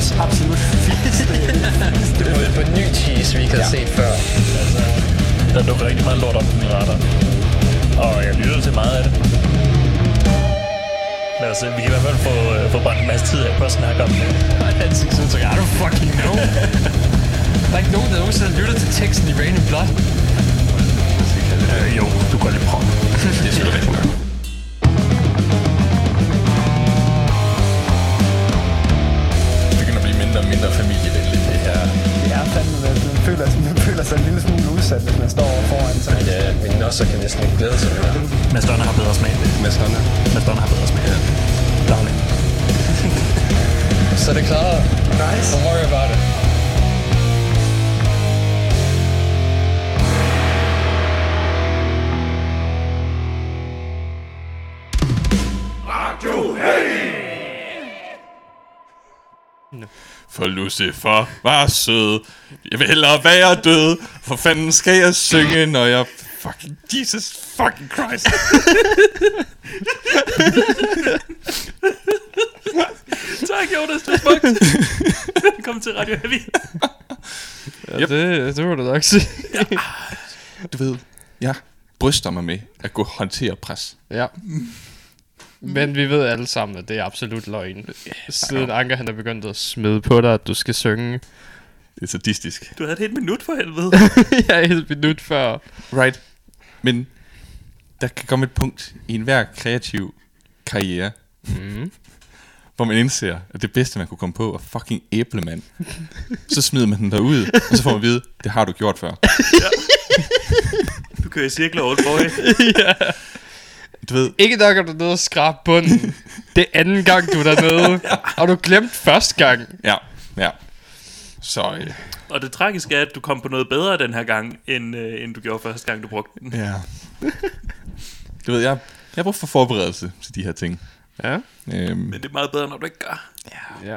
ugens absolut fedeste. Det er på ny cheese, vi ikke har set før. Altså, der dukker rigtig meget lort op på min radar. Og jeg lytter til meget af det. Lad os se, vi kan i hvert fald få brændt en masse tid her på at snakke om det. Og ansigtsudtryk, I don't fucking know. Der er ikke nogen, der nogensinde lytter til teksten i Rain in Blood. Jo, du kan lige prøve. Det er selvfølgelig rigtigt nok. Det begynder at blive mindre og mindre familievenligt, det her. Det er fandme, man føler sig en lille smule udsat, hvis man står foran sig. Ja, mine nosser kan næsten ikke glæde sig mere. Madonna har bedre smag. Madonna har bedre smag. Ja. Daglig. Så er det klaret. Nice. Don't worry about it. For Lucifer var sød. Jeg vil hellere være død. For fanden skal jeg synge, når jeg... Fucking Jesus fucking Christ. Tak, Jonas, det er smukt. Velkommen til Radio Heavy. Ja, det må du nok sige. Du ved, jeg bryster mig med at gå håndtere pres. Ja. Men vi ved alle sammen, at det er absolut løgn. Siden Anker han er begyndt at smide på dig, at du skal synge. Det er sadistisk. Du havde et helt minut for helvede. Jeg er et minut før. Right. Men der kan komme et punkt i enhver kreativ karriere, hvor man indser, at det bedste man kunne komme på er fucking æblemand. Så smider man den derud, og så får man at vide, det har du gjort før. Du kører i cirkler, old boy. Ja. Du ved, Ikke nok er du nede og skrabe bunden. Det er anden gang du er dernede. Og du glemt første gang. ja. Så Og det tragiske er, at du kom på noget bedre den her gang, end du gjorde første gang, du brugte den. ja. Du ved, jeg har brug for forberedelse til de her ting. Ja. Men det er meget bedre, når du ikke gør. Ja.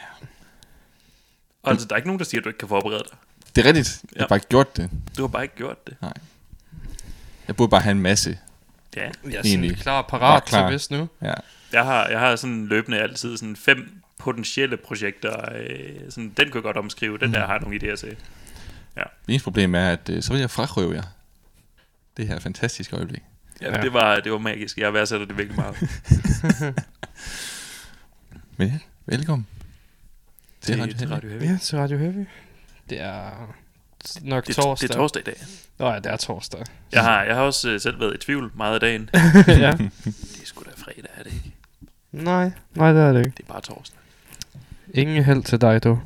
Og altså, der er ikke nogen, der siger, at du ikke kan forberede dig. Det er rigtigt. Jeg har bare ikke gjort det. Du har bare ikke gjort det. Jeg burde bare have en masse. Ja. Jeg er Egentlig. sådan klar og parat Bare klar. til hvis nu. Ja. Jeg har sådan løbende altid sådan 5 potentielle projekter. Sådan, den kan jeg godt omskrive. Den der har jeg nogle idéer til. Det eneste problem er, at så vil jeg frarøve jer det her fantastiske øjeblik. Ja. Det var magisk. Jeg værdsætter det virkelig meget. Men ja, velkommen til til Radio Heavy. Ja, til Radio Heavy. Det er nok Det torsdag. er torsdag i dag. Nå ja, det er torsdag. Jeg har også selv været i tvivl meget af dagen. Ja. Det er sgu da fredag, er det ikke? Nej, det er det ikke. Det er bare torsdag. Ingen held til dig, du.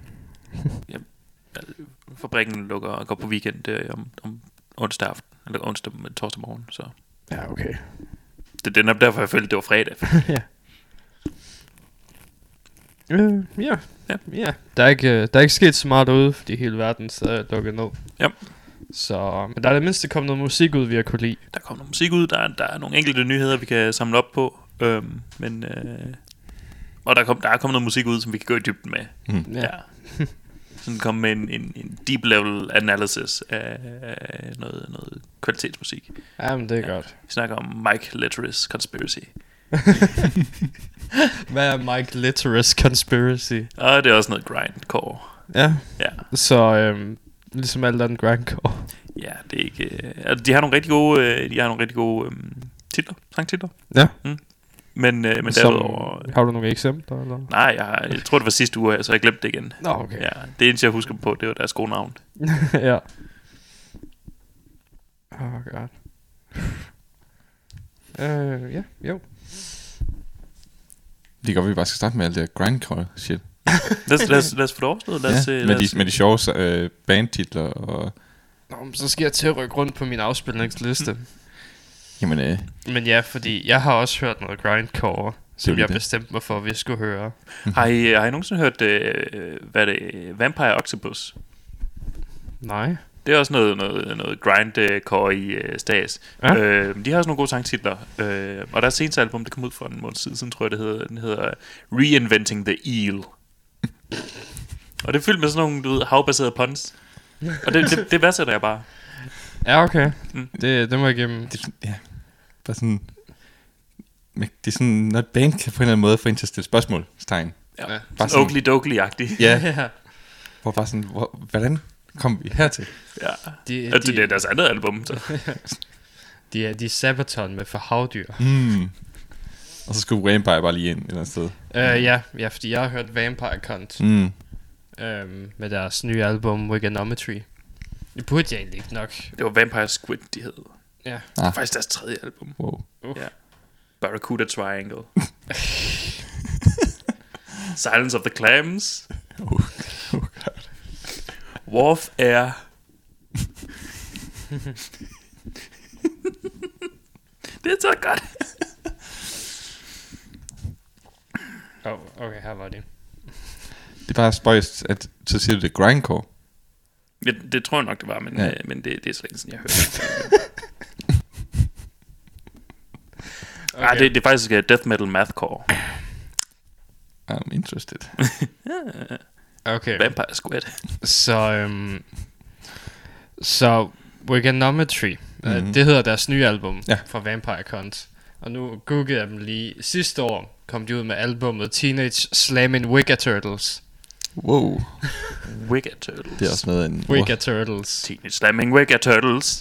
Fabrikken lukker og går på weekend om onsdag aften. Eller torsdag morgen. Så Ja, okay. det er derfor, jeg følte, det var fredag. Ja. Ja. Ja. Der er ikke sket så meget derude, fordi hele verden er lukket ned. Ja. Så, men der er det mindste kommet noget musik ud, vi har kunne lide. Der kommer noget musik ud. Der er nogle enkelte nyheder, vi kan samle op på. Og der er kommet noget musik ud, som vi kan gå i dybden med. Ja. Sådan komme med en deep level analysis af noget kvalitetsmusik. Jamen, det er godt. Vi snakker om Mike Litteris Conspiracy. Hvad er Mike Litteris Conspiracy? Og det er også noget grindcore. Ja. Ja. Så ligesom alt andet grindcore. Ja, det er ikke... altså, de har nogle rigtig gode titler, sangtitler. Ja. Men derudover... Har du nogle eksempler? Eller? Nej, jeg tror det var sidste uge, så jeg glemte det igen. Nå, okay. Ja, det eneste jeg husker på, det var deres gode navn. Ja. Oh god. Ja, jo. Det går vi bare skal starte med alt det grindcore shit. Lad os få det overstået. Med de sjove bandtitler og... Nå, men så skal jeg til at rykke rundt på min afspilningsliste. Jamen Men ja, fordi jeg har også hørt noget grindcore, som lige jeg det. bestemte mig for, at vi skulle høre. Har I nogensinde hørt Vampire Octopus? Nej. Det er også noget grindcore i stas. Ja. De har også nogle gode sangtitler. Og deres seneste album, det kom ud for en måned siden, tror jeg den hedder Reinventing the Eel. Og det er fyldt med sådan nogle, du ved, havbaserede puns. Og det værdsætter jeg bare. Ja, okay. Mm. Det må jeg give dem. ja, bare sådan... Det er sådan, når et band kan på en eller anden måde få ind til at stille spørgsmålstegn Ja, Ja. Bare sådan sådan- Oakley Doakley-agtig. Ja, Ja. hvor bare sådan, hvordan kom vi hertil? Ja. De, Og det er deres andet album. Så. de er Sabaton med for havdyr. Og så skulle Vampire bare lige ind et eller andet sted. Ja, fordi jeg har hørt Vampire Cunt med deres nye album Wiganometry. Det burde jeg egentlig ikke nok. Det var Vampire Squid, de hed. Ja. Det var faktisk deres 3. album. Wow. Ja. Barracuda Triangle. Silence of the Clams. God. Wharf Air. Det er så godt. Okay, her var det. Det er bare spøjst, at så siger du det grindcore. Ja, det tror jeg nok, det var, men, Ja. men det er slet ikke sådan, jeg hørte. Det er faktisk death metal mathcore. I'm interested. Okay. Vampire Squid. Så Wiganometry, det hedder deres nye album Ja. fra Vampire Cunt. Og nu googlede jeg dem lige. Sidste år kom de ud med albumet Teenage Slamming Wigga Turtles. Wow. Wigga Turtles. Det er også noget af en... Wigga Turtles. Teenage Slamming Wigga Turtles.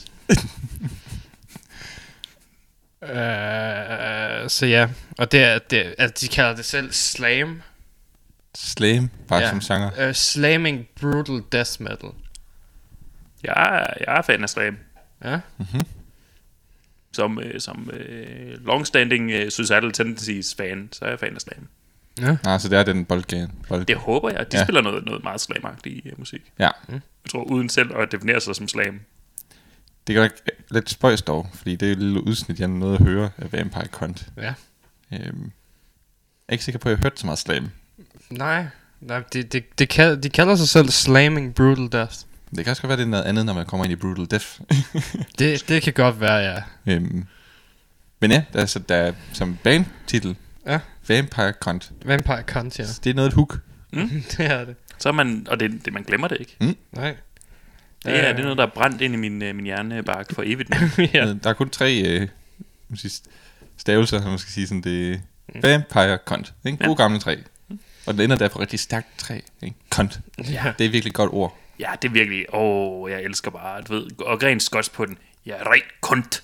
Så ja, og det er, de kalder det selv Slam. Slam, bare Ja. som sanger. Slamming Brutal Death Metal. Jeg er fan af Slam. Ja. Som longstanding Suicidal Tendencies fan, så er jeg fan af Slam. Nej, så det er den boldgade. Det håber jeg. De Ja. spiller noget meget slamagtigt musik. Ja. Jeg tror, uden selv at definere sig som slam. Det kan ikke lidt spøjst dog, fordi det er et lille udsnit, jeg nåede at høre af Vampire Cunt. Ja. Jeg er ikke sikker på, at jeg har hørt så meget slam. Nej, de kalder sig selv Slamming Brutal Death. Det kan også godt være, det er noget andet, når man kommer ind i Brutal Death. Det kan godt være, ja. Men ja, der er som bandtitel, Ja. Vampire Cunt. Vampire Cunt, ja. Det er noget et hook. Det er det. Så er man, og man glemmer det ikke. Nej. Det er noget, der er brændt ind i min hjernebark for evigt nu. Ja. Der er kun 3 stavelser, som man skal sige sådan, det er Vampire Cunt. Ikke? God gamle 3. Og den ender derfor rigtig stærkt 3. Ikke? Cunt. Ja. Det er virkelig et godt ord. Ja, det er virkelig, jeg elsker bare, du ved, og rent skotsk på den. Ja, rent kunt.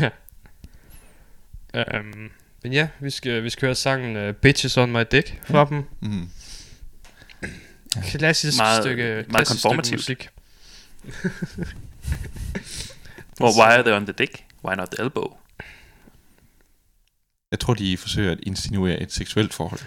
Men ja, vi skal høre sangen Bitches on My Dick fra dem. Klassisk Meget- stykke, meget klassisk stykke konformativt. musik. Why are they on the dick? Why not the elbow? Jeg tror, de forsøger at insinuere et seksuelt forhold.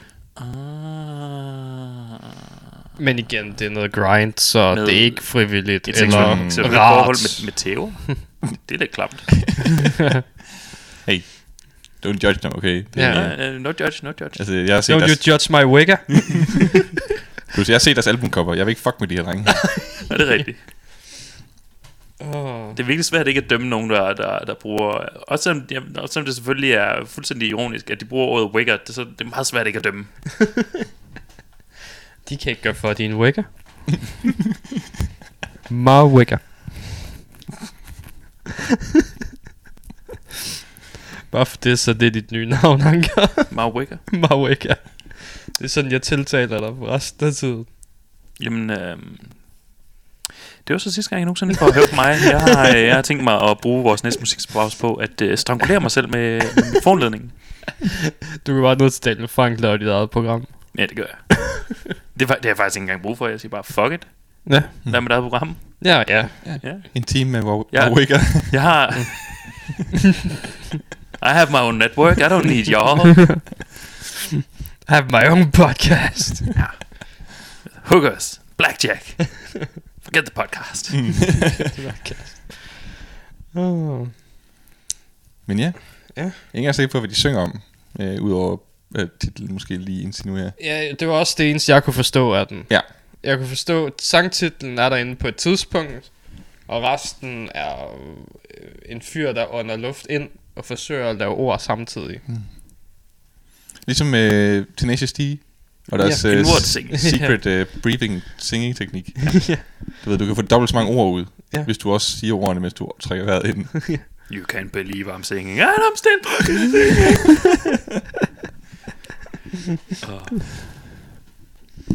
Men igen, det er noget grind, så Med det er ikke frivilligt Et eller seksuelt rart. forhold med Theo? Det er lidt klamt. Hey, don't judge them, okay? Det, Ja. No judge, no judge. Altså, jeg har set Don't deres, you judge my wigger? jeg har set deres albumcover. Jeg vil ikke fuck med de her drenge. Er det rigtigt? Oh. Det er virkelig svært ikke at dømme nogen, der bruger... Også selvom det selvfølgelig er fuldstændig ironisk, at de bruger ordet wigger, det er meget svært ikke at dømme. De kan ikke gøre for din wigger. My wigger. Bare for det, så det er dit nye navn, Anker. Meget wigger. My wigger. Det er sådan, jeg tiltaler dig for resten af tiden. Jamen, det var så sidste gang, jeg nogensinde får hørt mig. Jeg har tænkt mig at bruge vores næste musikpause på at strangulere mig selv med mikrofonledningen. Du kan bare nødt til Daniel Frank lave dit eget program. Ja, det gør jeg. Det har jeg faktisk ikke engang brug for. Jeg siger bare, fuck it. Ja. Hvad med dit eget program? Ja. Ja. En time med Ja. Wigger. Jeg har... I have my own network. I don't need y'all. I have my own podcast. Hookers. Blackjack. Forget the podcast. Oh. Men ja. Ja. Jeg er ikke engang sikker på, hvad de synger om. Udover titlen måske lige insinuere. Ja, det var også det eneste, jeg kunne forstå af den. Ja. Jeg kunne forstå, at sangtitlen er derinde på et tidspunkt, og resten er en fyr, der ånder luft ind og forsøger at lave ord samtidig. Ligesom Tenacious D. Og deres Indvortssing. secret breathing singing teknik. Du ved, du kan få dobbelt så mange ord ud, hvis du også siger ordene, mens du trækker vejret ind. You can't believe I'm singing. And I'm still fucking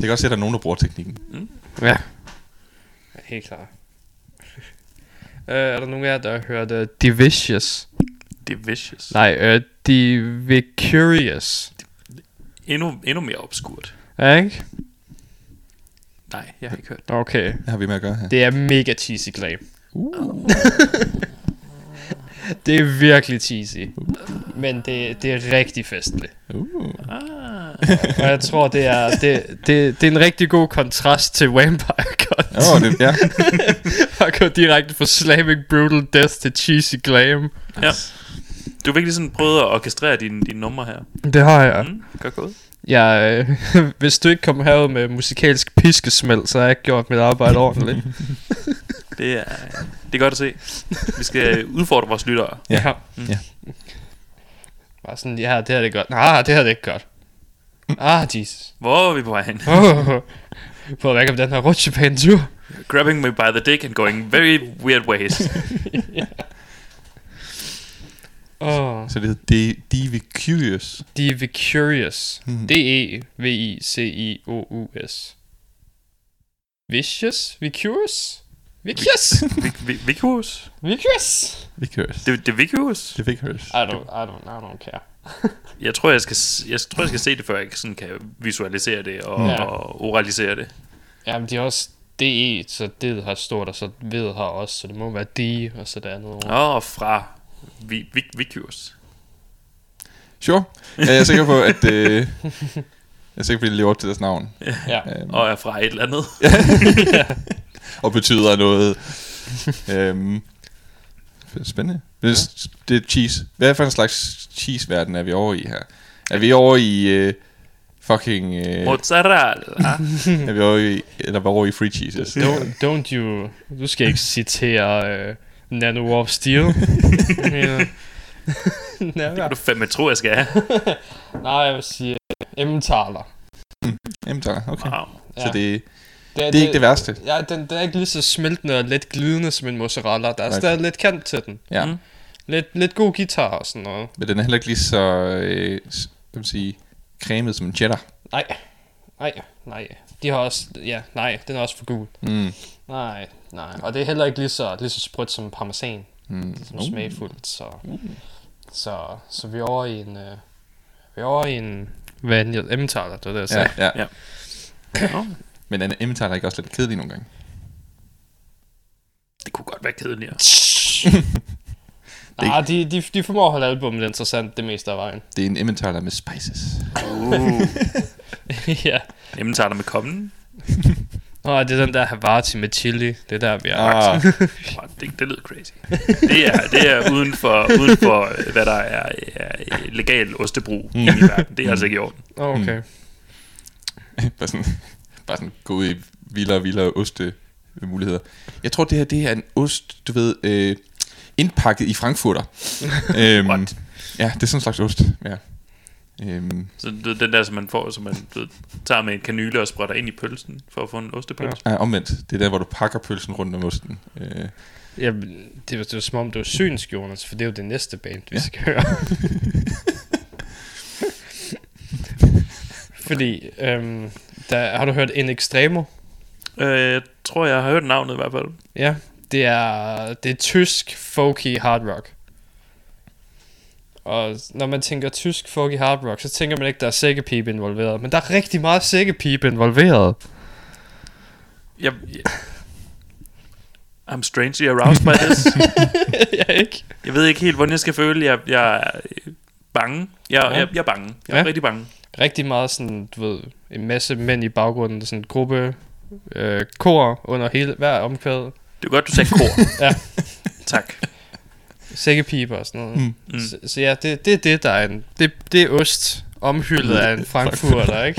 kan også se, at der er nogen, der bruger teknikken. Ja. Helt klart. Er der nogen af jer, der har hørt Divicious? Divicious. Nej, Divicurious. Endnu mere obskurt. Ja, ikke? Nej, jeg har ikke hørt. Okay. Hvad har vi med at gøre her? Det er mega cheesy glam. Det er virkelig cheesy. Men det er rigtig festligt. Og jeg tror, det er en rigtig god kontrast til Vampire Cunt. Det, ja. At gå direkte fra Slavic Brutal Death til cheesy glam. Ja. Du har virkelig sådan prøvet at orkestrere dine numre her. Det har jeg. Godt gået. Hvis du ikke kommer herud med musikalsk piskesmæld, så har jeg ikke gjort mit arbejde ordentligt. Det er godt at se. Vi skal udfordre vores lyttere. Ja. Ja. Bare sådan, ja, det her det er godt. Nej, det her det er ikke godt. Jesus. Hvor er vi på vej hen? På at vække om den her rutsjebanetur. Grabbing me by the dick and going very weird ways. Så det hedder Divicurious. Divicurious. D-E-V-I-C-I-O-U-S. Vicious? Vicurious? Vicious? Vicurious? Vicurious? Vicurious. Det er Vicurious? Det er Vicurious. I don't care. Jeg tror, jeg skal se det, før jeg sådan kan visualisere det og oralisere det. Jamen, de har også DE, så det har stort, og så ved har også, så det må være D, og så det andet ord. Fra Vicurious. Sure. Jeg er sikker på, at jeg er sikker på, at det lever op til deres navn. Ja. Og er fra et eller andet. Og betyder noget. Spændende. Det er cheese. Hvad for en slags cheese-verden er vi over i her? Er vi over i fucking... Mozzarella. Er vi over i... Eller var over i free cheeses? Don't you... Du skal ikke citere Nano Warp Steel. Det kan du fandme tro, jeg skal have. Nej, jeg vil sige Emmentaler. Emmentaler, okay. Wow. Så det er ikke det værste. Ja, den er ikke lige så smeltende og let glidende som en mozzarella. Der er stadig lidt kant til den. Ja. Lidt god guitar og sådan noget. Men den er heller ikke lige så kan man sige, cremet som en cheddar. Nej. De har også... Ja, nej, den er også for gul. Nej. Og det er heller ikke lige så sprødt som parmesan. Som smagfuldt, så vi er over i en... vi er over i en... Hvad er Emmentaler, det var det, jeg sagde. Ja. Men en Emmentaler er ikke også lidt kedelig nogle gange? Det kunne godt være kedeligere. De formår at holde albummet interessant det meste af vejen. Det er en Emmentaler med spices. Ja. Emmentaler med kommen. Det er den der Havarti med chili. Det er der vi er. Det lyder crazy. Det er uden for hvad der er legal ostebrug i verden. Det er altså ikke i orden. Okay. Bare sådan gå ud i vildere oste muligheder. Jeg tror det her er en ost, du ved, indpakket i frankfurter. What? Ja, det er sådan en slags ost. Ja. Så den der, som man får, som man tager med en kanyle og sprøjter ind i pølsen for at få en ostepølse. Ja, omvendt. Det er der, hvor du pakker pølsen rundt om osten. Ja, det var som om det var synsk, Jonas, for det er jo det næste band, vi skal høre. Fordi, har du hørt In Extremo? Jeg tror, jeg har hørt navnet i hvert fald. Ja, det er tysk folky hard rock. Og når man tænker tysk folky hard rock, så tænker man ikke, der er sækkepipe involveret. Men der er rigtig meget sækkepipe involveret. I'm strangely aroused by this. Jeg ved ikke helt, hvordan jeg skal føle. Jeg er bange. Jeg er bange. Jeg er rigtig bange. Rigtig meget sådan, du ved, en masse mænd i baggrunden, sådan en gruppe kor under hver omkvæd. Det er godt, du sagde kor. Ja. Tak. Sækkepiber og sådan noget. Så ja, det er det, der er en... Det er ost omhyldet af en frankfurter, ikke?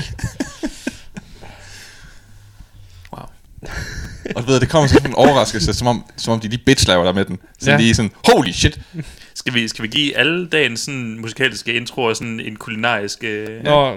Wow. Og du ved, det kommer sådan en overraskelse, som om de lige bitchlaver der med den. Så lige sådan, holy shit. Skal vi give alle dagens sådan musikalske introer sådan en kulinarisk...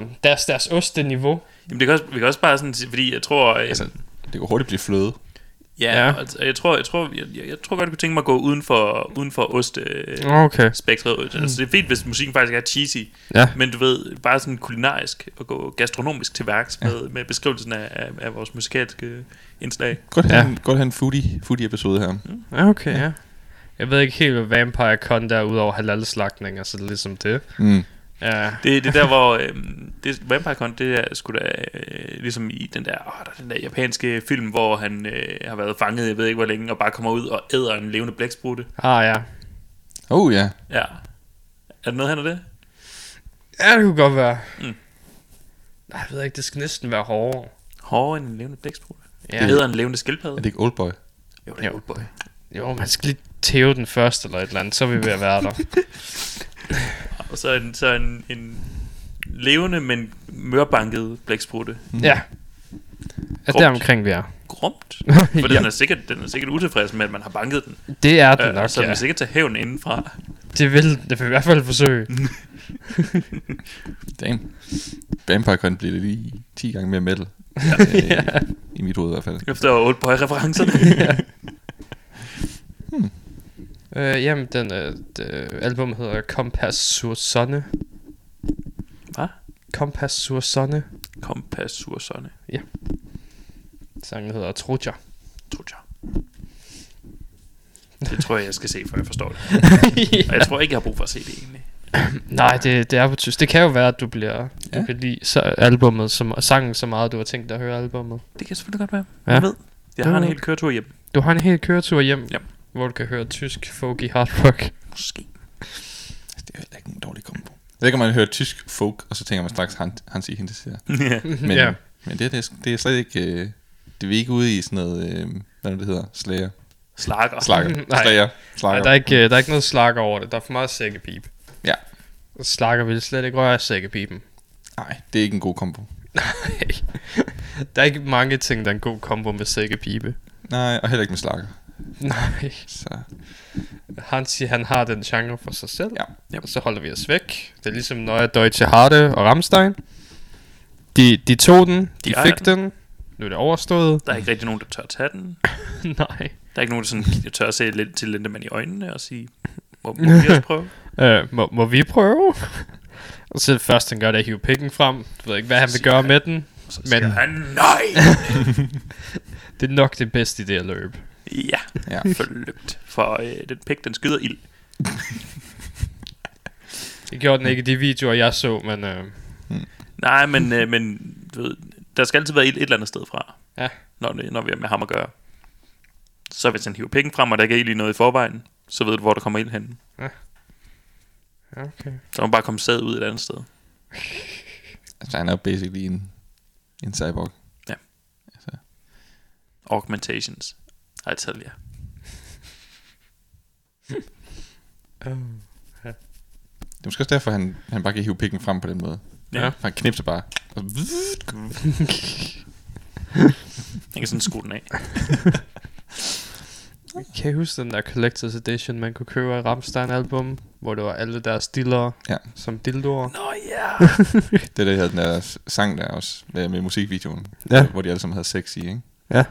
Deres ost det niveau. Jamen vi kan også bare sådan, fordi jeg tror... Altså, det kan hurtigt blive fløde. Ja. Altså, jeg tror godt, jeg kunne tænke mig at gå uden for ost-spektret. Altså, det er fint, hvis musikken faktisk er cheesy. Ja. Men du ved, bare sådan kulinarisk og gå gastronomisk til værks med beskrivelsen af vores musikalske indslag. Godt have en foodie-episode her. Okay, ja. Jeg ved ikke helt, hvad Vampire Con der udover halal-slagtning, altså ligesom det. Ja. Det er der, hvor Vampire Con, det er sgu da ligesom i den der japanske film, hvor han har været fanget, jeg ved ikke hvor længe, og bare kommer ud og æder en levende blæksprutte. Ja. Ja. Er det noget, han er det? Ja, det kunne godt være. Nej, jeg ved ikke, det skal næsten være hårdere. Hårdere end en levende blæksprutte? Ja. Det æder en levende skildpadde. Er det ikke Oldboy? Jo, det er Oldboy. Jo, man skal lige tæve den først eller et eller andet, så er vi ved at være der. Og så en levende, men mørbanket blæksprutte. Ja. Er der omkring vi er. Grumt. For den er sikkert utilfreds med, at man har banket den. Det er den nok, så den vil sikkert tage hævn indenfra. Det vil i hvert fald forsøge. Damn. Vampire Con bliver det lige 10 gange mere metal. I mit hoved i hvert fald. Efter Oldboy-referencerne. Jamen, album hedder Compass sur Sonne. Hvad? Compass sur Sonne. Compass sur Sonne. Ja. Sangen hedder Troja. Det tror jeg skal se, for jeg forstår det. Og jeg tror ikke, jeg har brug for at se det egentlig. Nej, det er på tysk. Det kan jo være, at du kan lide albumet, sangen så meget, du har tænkt dig at høre albumet. Det kan selvfølgelig godt være. Ja. Jeg ved. Jeg har en hel køretur hjem. Du har en hel køretur hjem? Ja. Hvor du kan høre tysk, folky, hard rock. Måske. Det er jo ikke en dårlig kombo. Jeg ved ikke, om man hører tysk folk, og så tænker man straks Hansi Hintesær. Men det er slet ikke... det er vi ikke ude i sådan noget... hvad det hedder? Slager. Slager. Nej, der er ikke noget slager over det. Der er for meget sækkepip. Ja. Slager vil slet ikke røre sækkepipen. Nej, det er ikke en god kombo. Nej. Der er ikke mange ting, der er en god kombo med sækkepipe. Nej, og heller ikke med slager. Nej. Så. Hansi, han har den genre for sig selv. Ja. Og så holder vi os væk. Det er ligesom Neue Deutsche Harde og Rammstein. De tog den. De fik den. Nu er det overstået. Der er ikke rigtig nogen, der tør tage den. Nej. Der er ikke nogen, der sådan tør at se lidt til Lindemann i øjnene og sige, må vi også prøve? Må vi prøve? Og så det første, han gør, det er at hive pikken frem. Du ved ikke, hvad han vil gøre med den. Så siger han, nej! Det er nok det bedste idé at løbe. Ja. Forlygt. For den pik, den skyder ild. Det gjorde den ikke i de videoer, jeg så, men... Nej, men du ved, der skal altid være et eller andet sted fra. Ja. Når vi er med ham at gøre. Så hvis han hiver pikken frem, og der ikke er ild i noget i forvejen, så ved du, hvor der kommer ild hen. Ja. Okay. Så må bare komme sæd ud et andet sted. Altså, han er jo basically en cyborg. Ja. Altså. Augmentations. I tell you. Det er måske også derfor, han bare kan hive pikken frem på den måde. Ja. For han knipser bare. Og han kan sådan skrue den af. Kan I huske den der Collector's Edition, man kunne købe af Rammstein-album, hvor det var alle deres diller som dildoer? Nå ja! Det der havde den der sang der også, med musikvideoen, hvor de alle sammen havde sex i, ikke? Ja.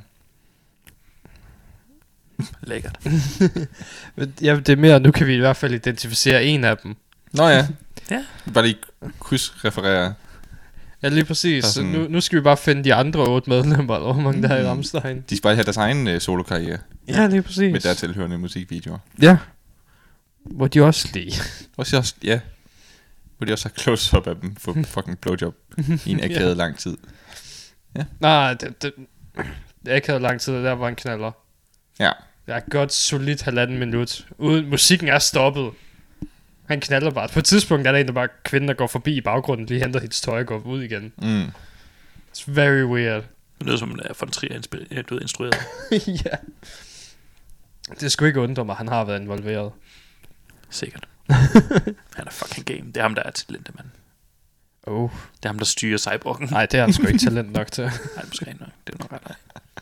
Lækkert. Ja, det er mere, nu kan vi i hvert fald identificere en af dem. Nå ja. Ja. Bare lige krydsreferere. Ja, lige præcis. Så nu skal vi bare finde de andre 8 medlemmer, eller hvor mange der er i Rammstein. De skal bare have deres egen solokarriere. Ja, lige præcis. Med der tilhørende musikvideoer. Ja. Hvor de også lige. Hvor de også har close-up af dem for fucking blowjob i en akavet lang tid. Ja. Nej, det akavet lang tid, der var en knaller. Ja. Det er godt solidt 1,5 minut. Uden musikken er stoppet. Han knaller bare. På et tidspunkt er der en, der bare kvinden, der går forbi i baggrunden, lige henter hendes tøj og går ud igen. It's very weird. Det lyder som en von Trier instrueret. Ja. Det skulle ikke undre mig, han har været involveret. Sikkert. Han er fucking game. Det er ham, der er til Lindemann. Det er ham, der styrer cyborgen. Nej, det er han sgu ikke talent nok til. Nej, måske ikke nok. Det er nok ret nej.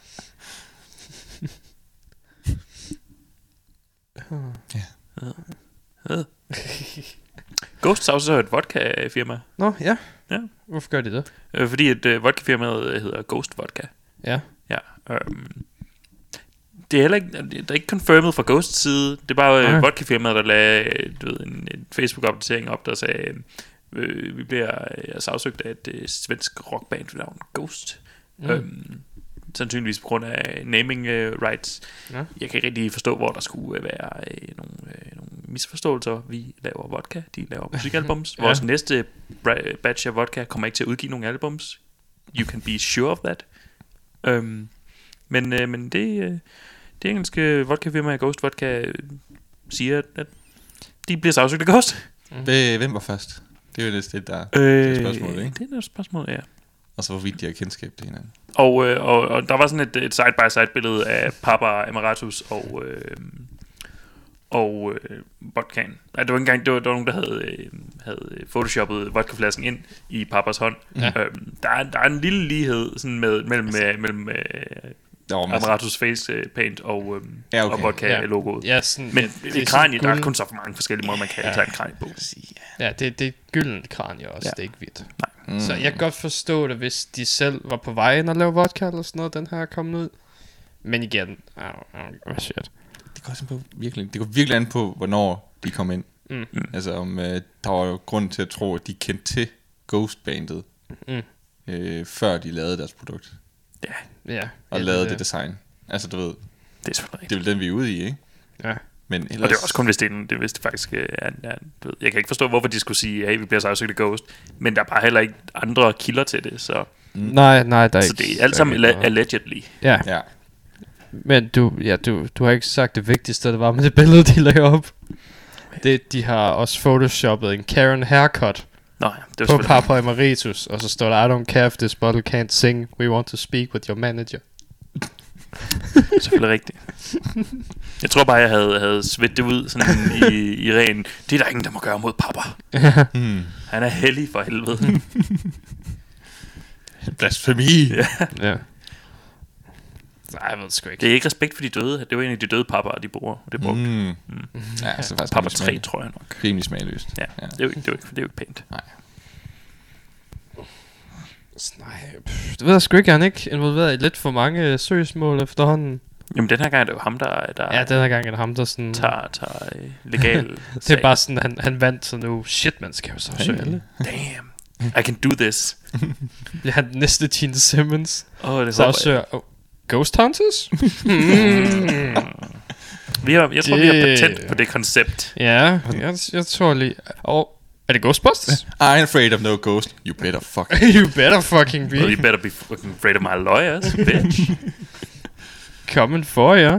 Ja. Ghost har også et vodka-firma. Nå, ja. Hvorfor gør de det? Fordi et vodka-firmaet hedder Ghost Vodka. Ja. Ja. det er heller ikke, der er ikke confirmed fra Ghosts side. Det er bare vodka-firmaet, der lagde en Facebook-opdatering op, der sagde, vi bliver sagsøgt af et svensk rockband ved navn Ghost. Sandsynligvis på grund af naming rights. Ja. Jeg kan ikke rigtig forstå, hvor der skulle være nogle misforståelser. Vi laver vodka, de laver musikalbums. Vores næste batch af vodka kommer ikke til at udgive nogle albums. You can be sure of that. Men det engelske vodka-firma Ghost Vodka siger, at de bliver sagsøgt af Ghost. Hvem var først? Det er jo det, der er spørgsmålet, ikke? Det er et spørgsmål, ja. Og så hvorvidt de har kendskab til hinanden. Og der var sådan et side-by-side billede af Papa Emeritus og vodkaen. Det var ikke engang, det var nogen, der havde photoshoppet vodkaflasken ind i Papas hånd. Ja. Der er en lille lighed sådan mellem Emeritus face paint og vodka-logoet. Ja, men det kranie, der er kun så for mange forskellige måder, man kan tage en kranie på. Ja, det er gyldent kranie også, det er ikke hvidt. Så jeg kan godt forstå det, hvis de selv var på vej ind og lave vodka eller sådan noget, den her er kommet ud. Men igen, shit. Det går virkelig an på, hvornår de kom ind. Altså om der var jo grund til at tro, at de kendte til Ghost-bandet, før de lavede deres produkt. Ja. Og lavede det design. Altså du ved, det er selvfølgelig det er vel den, vi er ude i, ikke? Ja. Men ellers... Og det er også kun, hvis det faktisk er jeg kan ikke forstå, hvorfor de skulle sige, hey, vi bliver sagsøgt af Ghost. Men der er bare heller ikke andre kilder til det, så... Nej, der er ikke. Så det er alt sammen allegedly. Ja. Men du har ikke sagt det vigtigste, det var med det billede, de lagde op. De har også photoshoppet en Karen haircut på Papa Emeritus, og så står der, I don't care if this bottle can't sing, we want to speak with your manager. Selvfølgelig rigtigt. Jeg tror bare, jeg havde svedt det ud sådan i ren. Det er der ingen, der må gøre mod Papa. Han er hellig for helvede. Blasfemi. Ja. Nej, jeg ved det sgu ikke. Det er ikke respekt for de døde. Det var en af de døde papper, de bruger. Det brugte. Ja, så faktisk Papa 3, tror jeg nok. Rimelig smagløst. Ja. Det er jo ikke pænt. Nej. Det ved jeg sgu ikke, han ikke involveret i lidt for mange søgsmål efterhånden. Jamen den her gang er det jo ham, der ja, den her gang er det ham, der sådan tager legal det er bare sådan, han vandt, så nu shit, man skal jo så søge alle. Damn, I can do this. Ja, han næste Gene Simmons. Det så søger Ghost Hunters? Jeg tror, vi har patent på det koncept. Ja, jeg tror lige. Er det Ghostbusters? I'm afraid of no ghost. You better fucking you better fucking be. Well, you better be fucking afraid of my lawyers, bitch. Coming for jer.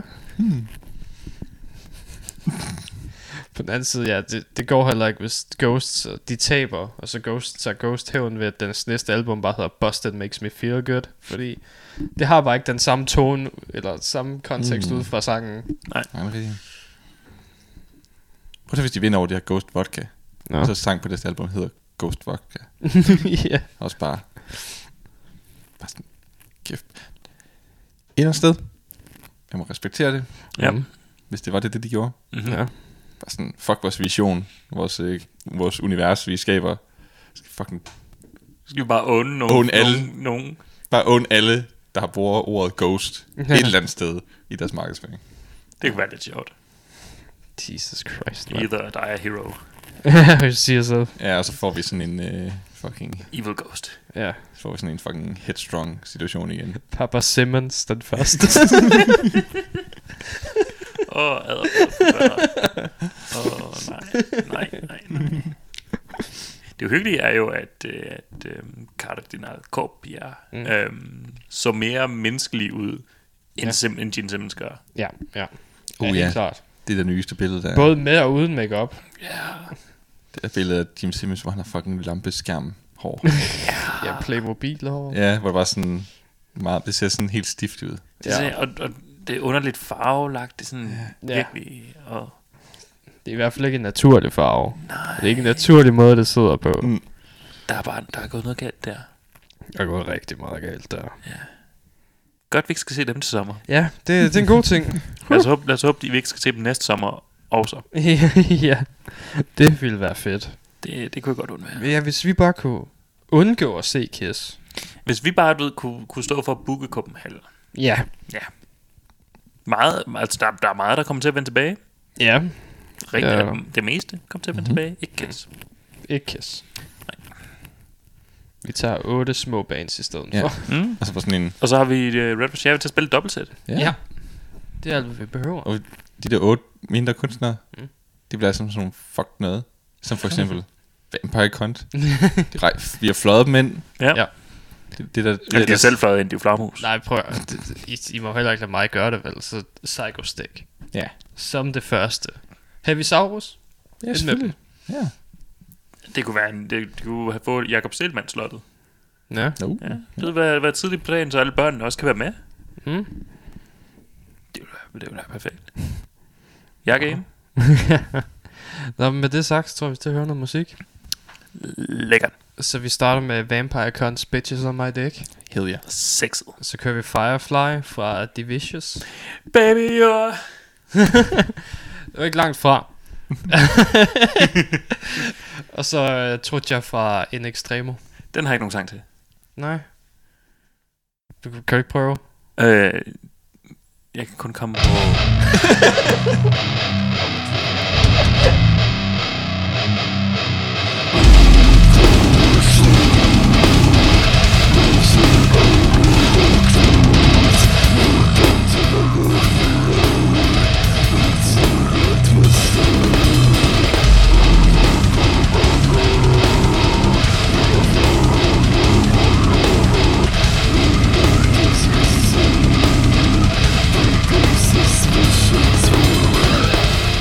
På den anden side, ja, det går heller ikke, hvis Ghosts de taber, og så tager Ghost hævn ved, at deres næste album bare hedder Busted Makes Me Feel Good, fordi det har bare ikke den samme tone eller samme kontekst ud fra sangen. Nej, rigtig. Prøv at hvis de vinder over det her Ghost Vodka. Og så sang på det album hedder Ghost Vodka. Ja. Også bare sådan, kæft. Endnu sted. Jeg må respektere det. Ja. Hvis det var det de gjorde. Ja. Bare sådan, fuck vores vision, vores univers, vi skaber. Skal vi bare nogen. Bare own alle, der har brugt ordet ghost et eller andet sted i deres markedsføring. Det kunne være lidt sjovt. Jesus Christ. Either die a hero. Jeg siger så. Ja, og så får vi sådan en fucking evil ghost. Ja. Så får vi sådan en fucking headstrong situation igen. Papa Simmons, den første. Nej. Det hyggelige er jo, at Kardinal Corpia så mere menneskelig ud, end Gene Simmons gør. Ja. Ja, klart. Det er det nyeste billede der. Både med og uden makeup. Ja. Det er billedet af Gene Simmons, hvor han har fucking lampeskærm hår. Ja, Playmobil hår. Ja, hvor det var sådan meget, det ser sådan helt stift ud. Og det er underligt farvelagt, det er sådan virkelig. Og det er i hvert fald ikke en naturlig farve. Nej. Det er ikke en naturlig måde, det sidder på. Der er gået noget galt der. Der er gået rigtig meget galt der. Ja. Godt, vi ikke skal se dem til sommer. Ja, det er en god ting. Lad os håbe, vi ikke skal se dem næste sommer også. Ja, det ville være fedt. Det kunne jeg godt undvære. Ja, hvis vi bare kunne undgå at se Kiss. Hvis vi bare kunne stå for at booke Copenhagen. Ja. Meget, altså der er meget, der kommer til at vende tilbage. Ja. Det meste kommer til at vende tilbage. Ikke Kiss. Ikke Kiss. Vi tager 8 små bands i stedet for. Altså for sådan en... Og så har vi Red Bull Shavit til at spille dobbeltsæt. Ja. Det er alt, hvad vi behøver. Og de der 8 mindre kunstnere, de bliver som sådan nogle fuck noget. Som for eksempel Vampire Cunt. Vi har fløjet dem ind. Ja. De har selv fløjet ind, de flagermus. Nej, prøv. I må heller ikke lade mig gøre det, vel? Så Psycho Stick. Ja. Som det første. Heavisaurus. Ja, selvfølgelig. Ja. Det kunne være det kunne have fået Jakob Selman slottet. Ja. Ja. Det ville være tidligt på dagen, så alle børnene også kan være med. Det ville være perfekt. Jeg er game. Nå, men med det sagt, så tror vi til at høre noget musik. Lækkert. Så vi starter med Vampire Cunt's Bitches on My Dick. Hell yeah. Sexet. Så kører vi Firefly fra Divicious. Baby, you're... Det var ikke langt fra. Og så Trucha fra In Extremo. Den har jeg ikke nogen sang til. Nej. Du kan ikke prøve? Jeg kan kun komme på... Suspicions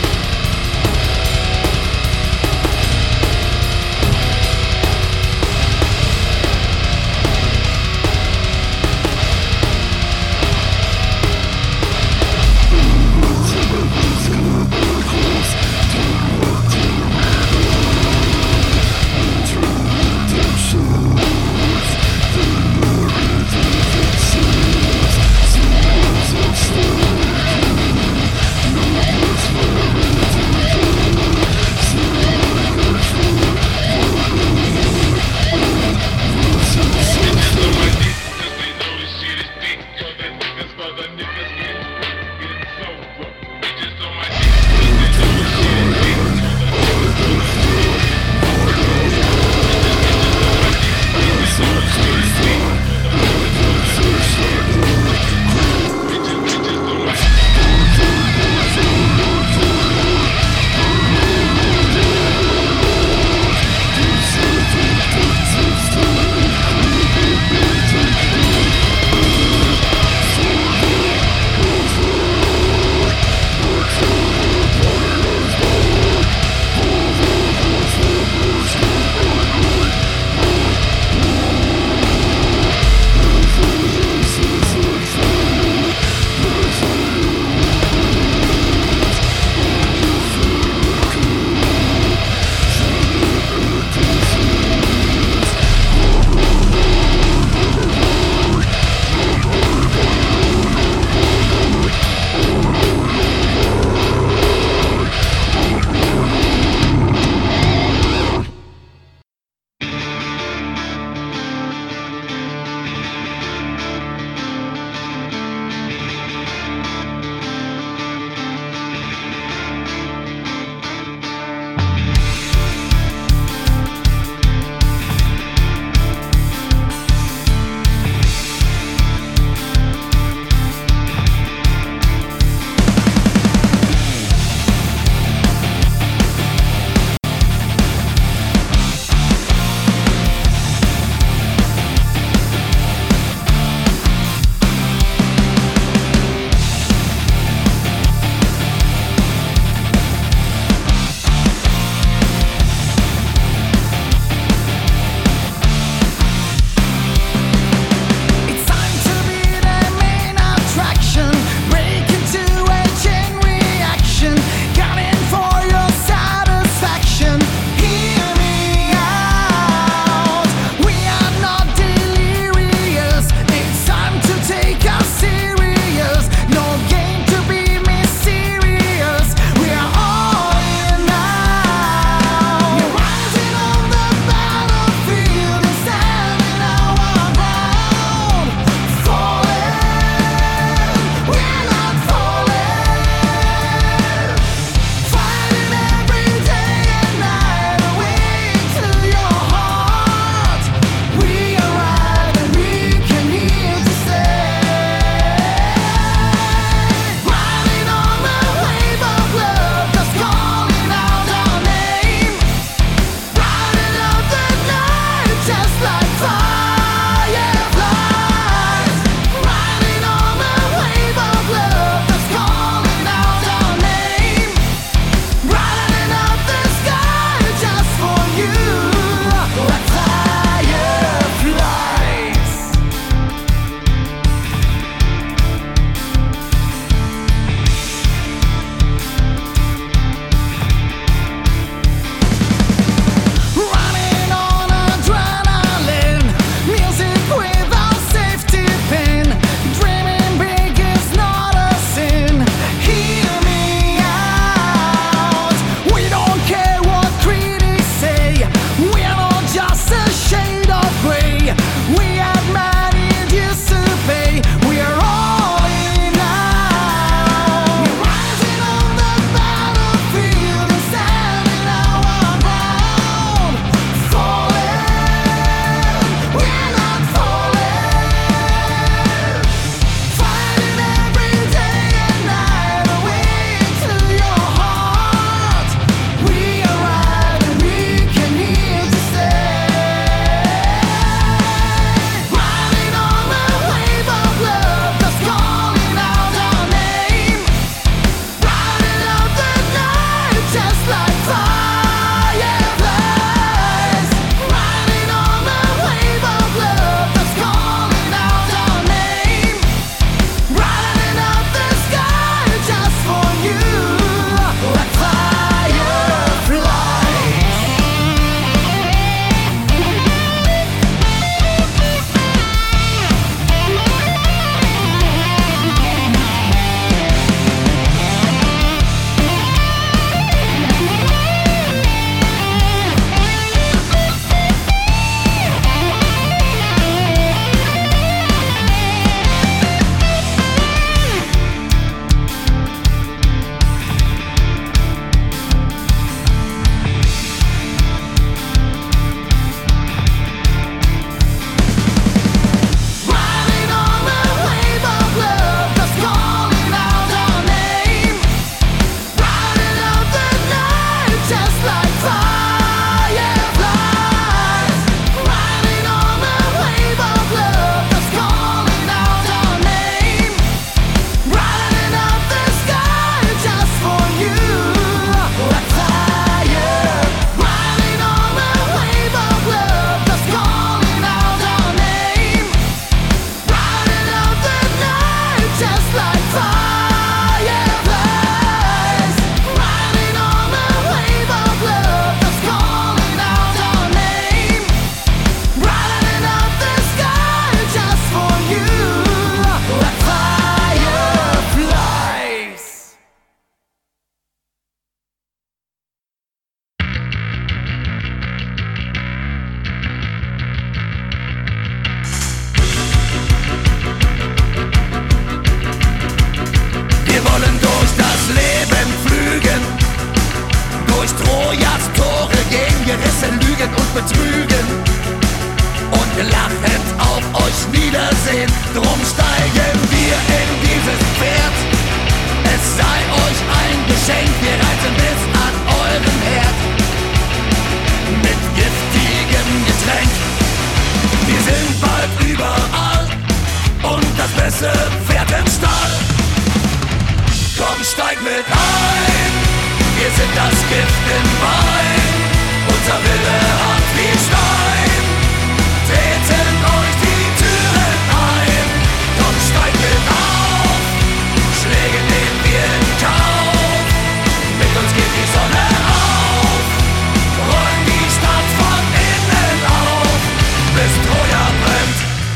Drum steigen wir in dieses Pferd. Es sei euch ein Geschenk, wir reiten bis an euren Herd. Mit giftigem Getränk. Wir sind bald überall und das beste Pferd im Stall. Komm, steig mit ein, wir sind das Gift im Wein. Unser Wille hart wie Stein, treten euch die Türen ein. Komm, steig mit auf, Schläge nehmen wir in Kauf. Mit uns geht die Sonne auf, rollen die Stadt von innen auf, bis Troja brennt.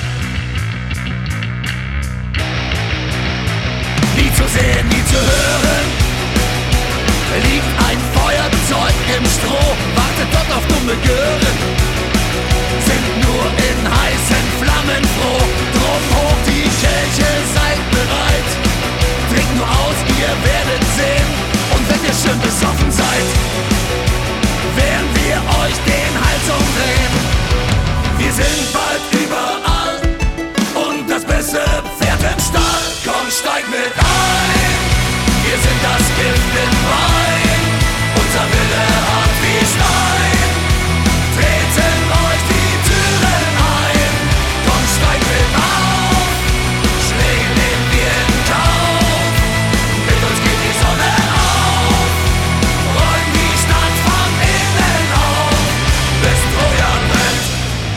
Nie zu sehen, nie zu hören, liegt ein Feuerzeug im Stroh, wartet dort auf dumme Gören. Sind nur in heißen Flammen froh, drum hoch die Kelche, seid bereit. Trinkt nur aus, ihr werdet sehen, und wenn ihr schön besoffen seid, werden wir euch den Hals umdrehen. Wir sind bald überall und das beste Pferd im Stall. Komm, steig mit ein, wir sind das Gift im Wein. Unser Wille hart wie Stein, treten euch die Türen ein. Komm, steig mit auf, Schläge nehmen wir in Kauf. Mit uns geht die Sonne auf, rollen die Stadt von innen auf, bis Troja brennt.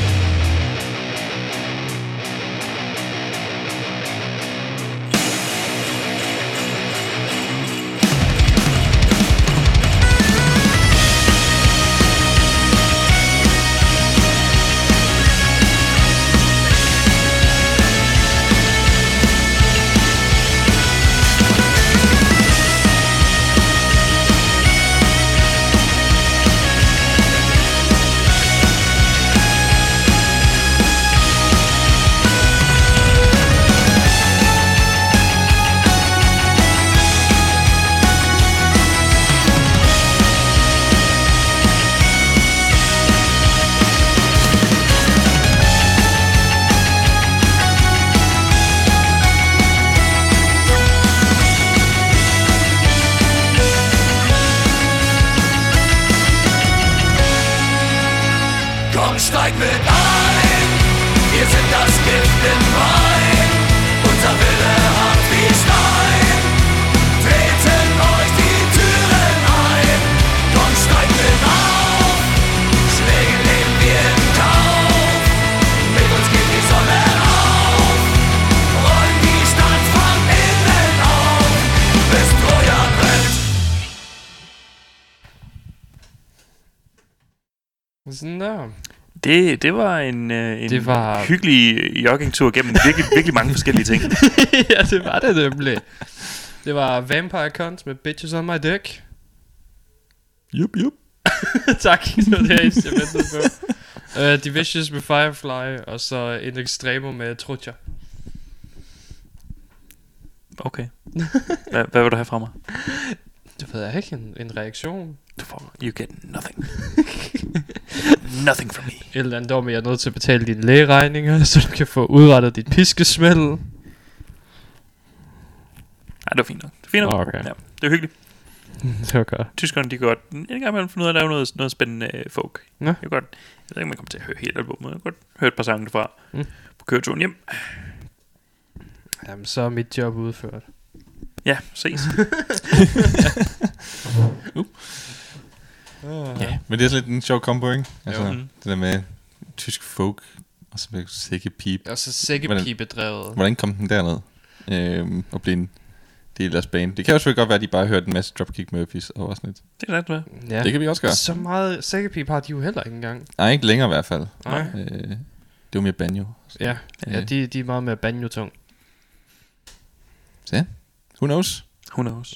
Komm, steig mit ein, wir sind das Gift im Wein. Unser Wille hart wie Stein, treten euch die Türen ein. Komm, steig mit auf, Schläge nehmen wir in Kauf. Mit uns geht die Sonne auf, rollen die Stadt von innen auf, bis Troja brennt. Was ist denn der? Det var en hyggelig joggingtur gennem virkelig mange forskellige ting. Ja, det var det nemlig. Det var Vampire Cunt med Bitches on My Dick. Jup. Tak, det var det jeg ventede på. Divicious med Firefly, og så en Extremo med Trutja. Okay. Hvad vil du have fra mig? Det ved jeg ikke, en reaktion. You get nothing. Nothing from me. Et eller andet om, jeg er nødt til at betale dine lægeregninger, så du kan få udrettet dit piskesmæld. Nej, det var fint nok. Okay. Ja, det er hyggeligt. Det var godt. Tyskerne, de kan godt en gang imellem finde ud af at lave noget spændende folk. Ja. Jeg ved ikke, om jeg kommer til at høre hele albumet. Jeg kan godt høre et par sange derfra på køreturen hjem. Jamen, så er mit job udført. Ja, ses. Ja, men det er sådan lidt en sjov combo, ikke? Altså, Jo. det der med tysk folk, og så med sækkepip. Og så sækkepibedrevet. Hvordan kom den derned? Og blev en del af deres band. Det kan jo selvfølgelig godt være, at de bare hørte en masse Dropkick Murphys og sådan lidt. Det er ret med. Ja. Det kan vi også gøre. Så meget sækkepip har de jo heller ikke engang. Nej, ikke længere i hvert fald. Nej. Det var mere banjo. Ja, de er meget mere banjo-tung. Så ja, who knows? Who knows?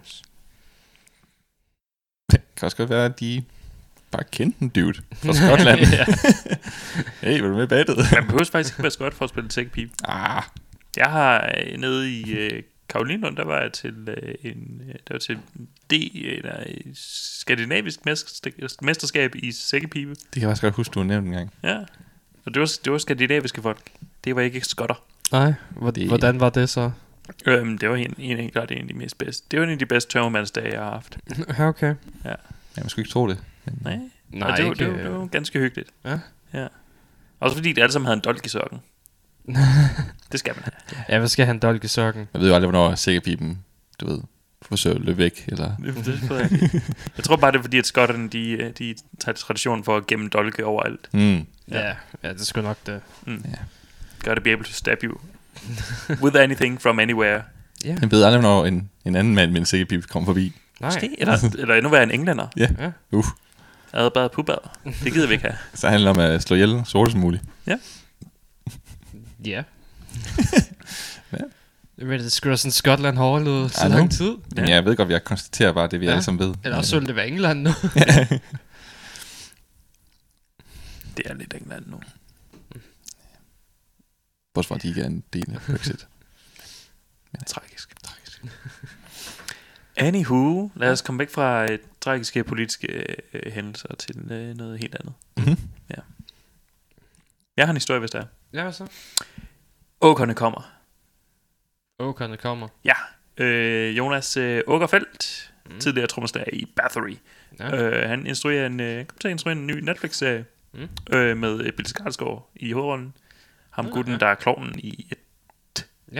Det kan også godt være, at de bare kendte en dude fra Skotland. Hey, vil du med i bandet? Man behøver faktisk ikke være skot for at spille sækkepip. Jeg har nede i Karolinlund, der var jeg til skandinavisk mesterskab i sækkepipe. Det kan jeg også godt huske, du har nævnt en gang. Ja, og det var skandinaviske folk. Det var ikke skotter. Nej, hvordan var det så? Det var en af de mest bedste. Det var en af de bedste tømmermandsdage, jeg har haft. Okay. Ja. Jeg skulle ikke tro det. Nej, Nej, det var ganske hyggeligt. Ja. Også fordi det alle sammen havde en dolk i sokken. Det skal man have. Ja, hvad skal han dolk i sokken? Jeg ved jo aldrig, hvornår sækkepipen, du ved, forsøger at løbe væk, eller... Jeg tror bare, det er fordi, at skotterne, de tager tradition for at gemme dolke overalt. Ja, det er sgu nok det. Gotta be able to stab you with anything from anywhere. Ja. Jeg ved aldrig, hvornår en anden mand med en sækkepipe kommer forbi. Nej. Måske, eller endnu være en englænder. Ja. Adbad, pubad. Det gider vi ikke have. Så handler det om at slå ihjel så hurtigt som muligt. Ja. Ja. Men det skulle da sådan Skotland har overlevet så lang tid. Men jeg ved godt, jeg konstaterer bare det, vi alle sammen ved. Eller også ville det være England nu. Det er lidt England nu. Bortset fra, at de ikke er en del af Brexit. Tragisk. Anywho, lad os komme væk fra tragiske politiske hændelser til noget helt andet. Ja. Jeg har en historie, hvis det er. Ja, hvad så? Åkerne kommer. Åkerne kommer. Ja. Jonas Åkerfeldt, tidligere trommeslager i Bathory. Ja. Han instruerer en ny Netflix-serie med Bill Skarsgård i hovedrollen. Ham gutten, der er klovnen i et. Ja.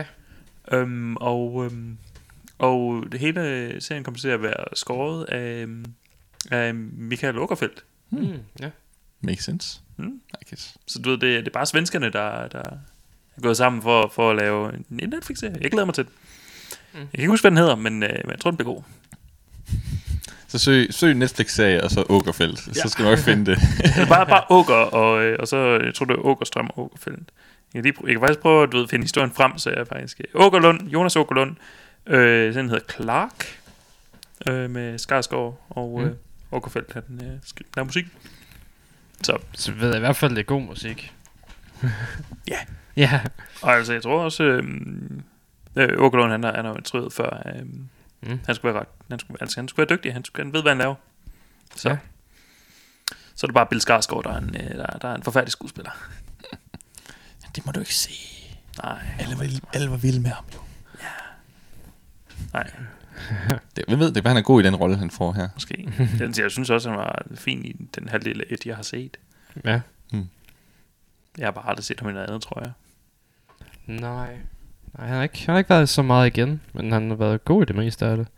Og det hele serien kommer til at være skåret af Michael Åkerfeldt. Ja. Makes sense. I guess. Så du ved, det er bare svenskerne, der er gået sammen for at lave en Netflix-serie. Jeg glæder mig til det. Jeg kan ikke huske, hvad den hedder, men jeg tror, den bliver god. Så søg Netflix-serie, og så Åkerfeldt. Ja. Så skal du nok finde det. bare Åker, og så jeg tror, det er Åkerstrøm og Åkerfeldt. Jeg kan faktisk prøve at finde historien frem, så jeg faktisk... Jonas Åkerlund, den hedder Clark, med Skarsgård og Åkerfeldt, han laver musik. Så ved jeg i hvert fald, det er god musik. Ja. Ja. Og altså, jeg tror også, Åkerlund, han har jo instrueret før. Han skulle være han skulle være dygtig. Han ved, hvad han laver. Så er det bare Bill Skarsgård, der er en forfærdelig skuespiller. Det må du ikke se. Nej. Alle var vilde med ham jo. Ja. Nej. Hvem ved, det er bare, han er god i den rolle, han får her. Måske. Jeg synes også, han var fin i den halvdel af et, jeg har set. Ja. Jeg har bare aldrig set ham i noget andet, tror jeg. Nej, han har ikke været så meget igen, men han har været god i det meste af det.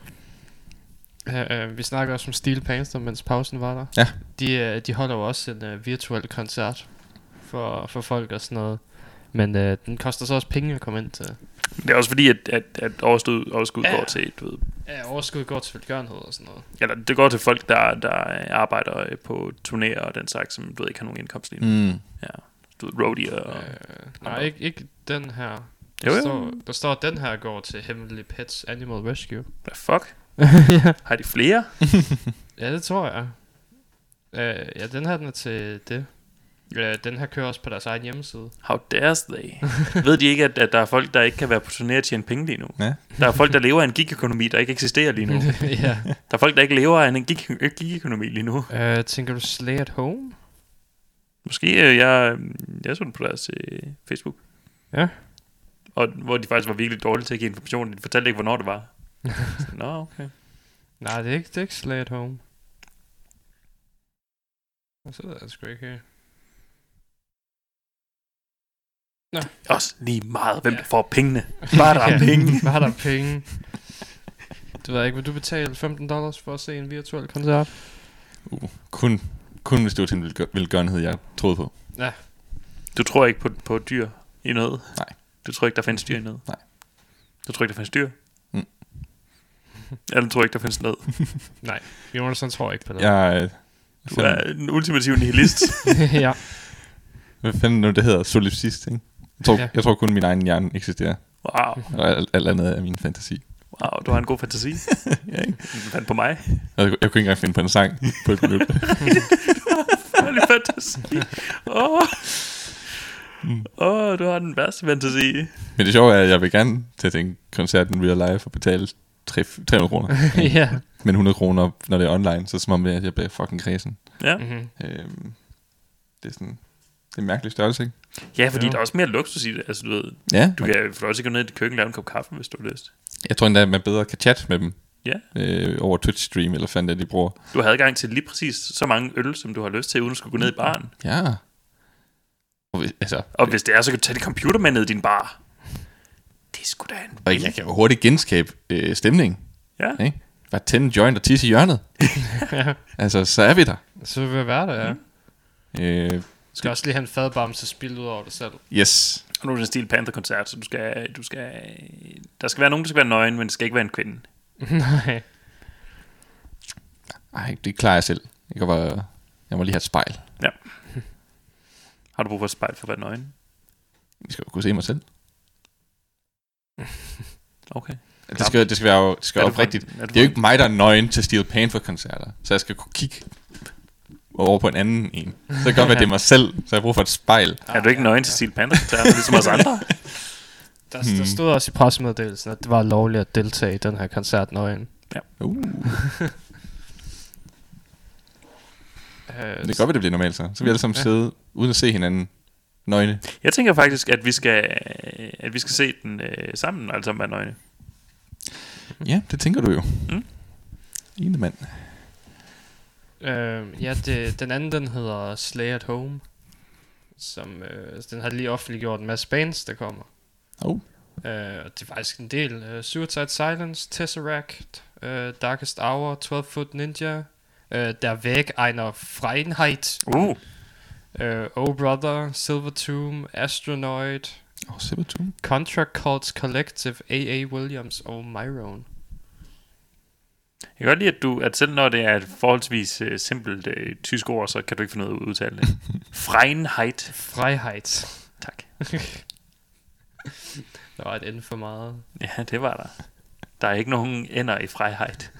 Vi snakker også om Steel Panther, mens pausen var der. Ja. De holder jo også en virtuel koncert for folk og sådan noget. Men den koster så også penge at komme ind til. Det er også fordi, at overskud går til, du ved. Ja, overskud går til velgørenhed og sådan noget. Eller det går til folk, der arbejder på turnéer og den slags, som du ved, ikke har nogen indkomst lige nu. Ja, du ved, roadie og... nej, ikke den her. Der står, at den her går til Heavenly Pets Animal Rescue. Hvad fuck? Har de flere? Ja, det tror jeg. Ja, den her den er til det. Den her kører også på deres egen hjemmeside. How dare they? Ved de ikke, at der er folk, der ikke kan være på turné og tjene penge lige nu? Ja. Der er folk, der lever af en gig-økonomi, der ikke eksisterer lige nu. Ja. Der er folk, der ikke lever af en gig-økonomi lige nu. Tænker du Slay at Home? Måske, jeg så den på deres Facebook. Ja. Og hvor de faktisk var virkelig dårlige til at give information. De fortalte ikke, hvornår det var. Så, nå, okay. Nej, det er ikke Slay at Home. Og så er det sgu ikke her. Nå. Også lige meget, hvem der får pengene. Bare der er penge. Bare der er penge. Du ved ikke, vil du betale $15 for at se en virtuel koncert? Kun hvis det var til en velgørenhed, jeg troede på. Ja. Du tror ikke på dyr i noget? Nej. Du tror ikke, der findes dyr i noget? Nej. Du tror ikke, der findes dyr? Eller du tror ikke, der findes noget? Nej, Jonas tror ikke på det. Du er en ultimativ nihilist. Ja. Hvad fanden nu det hedder? Solipsist, ikke? Jeg tror kun min egen hjerne eksisterer. Wow. Og alt andet er min fantasi. Wow, du har en god fantasi. Ja, ikke? Du fandt på mig. Jeg kunne ikke engang finde på en sang på et minut. Færdig fantasi. Du har den værste fantasi. Men det sjove er, at jeg vil gerne til en koncert en real life og betale 300 kroner. Ja. Men 100 kroner, når det er online, så er det som om, at jeg bliver fucking kredsen. Ja. Det er sådan... Det er en mærkelig størrelse, ikke? Ja, fordi der er også mere luksus i det. Altså, du ved, Ja. du kan få også gå ned i dit køkken og lave en kop kaffe, hvis du har lyst. Jeg tror endda, at man bedre kan chatte med dem. Ja. Over Twitch-stream, eller fandt det, de bruger. Du har adgang til lige præcis så mange øl, som du har lyst til, uden at skulle gå ned i baren. Ja. Og hvis det er, så kan du tage dit computer med ned i din bar. Det er sgu da en... Og jeg kan jo hurtigt genskabe stemning. Ja. Ikke? Bare tænde en joint og tisse i hjørnet. Altså, så er vi der. Så vil jeg være der, ja. Du skal også lige have en fadbamse spillet ud over dig selv. Yes. Og nu er det en Steel Panther-koncert, så der skal være nogen, der skal være nøgen, men det skal ikke være en kvinde. Nej. Ej, det klarer jeg selv. Jeg må lige have et spejl. Ja. Har du brug for et spejl for at være nøgen? Jeg skal jo kunne se mig selv. Okay. Det skal være oprigtigt. Det er jo ikke mig, der er nøgen til Steel Panther-koncerter. Så jeg skal kunne kigge over på en anden en. Så det kan godt være, det er mig selv, så jeg har brug for et spejl. Er du ikke nøgen til Steel Panther-koncerter, ligesom os andre? Der stod også i pressemeddelelsen, at det var lovligt at deltage i den her koncert nøgen. Ja. Det kan godt være, det bliver normalt så. Så vi alle sammen sidde uden at se hinanden nøgne. Jeg tænker faktisk, at vi skal se den sammen, altså med nøgne. Ja, det tænker du jo. Ene mand. Den anden, den hedder Slay at Home. Som, den har lige offentliggjort en masse bands, der kommer. Det er faktisk en del. Suicide Silence, Tesseract, Darkest Hour, 12 Foot Ninja, Der Weg einer Freiheit, Oh Brother, Silvertomb, Astronaut, Silvertomb, Contra Cults Collective, A.A. Williams og Myron. Jeg kan godt lide, at selv når det er et forholdsvis simpelt tysk ord, så kan du ikke finde ud af at udtale det. Freiheit. Tak. Der var et ende for meget. Ja, det var der. Der er ikke nogen ender i Freiheit.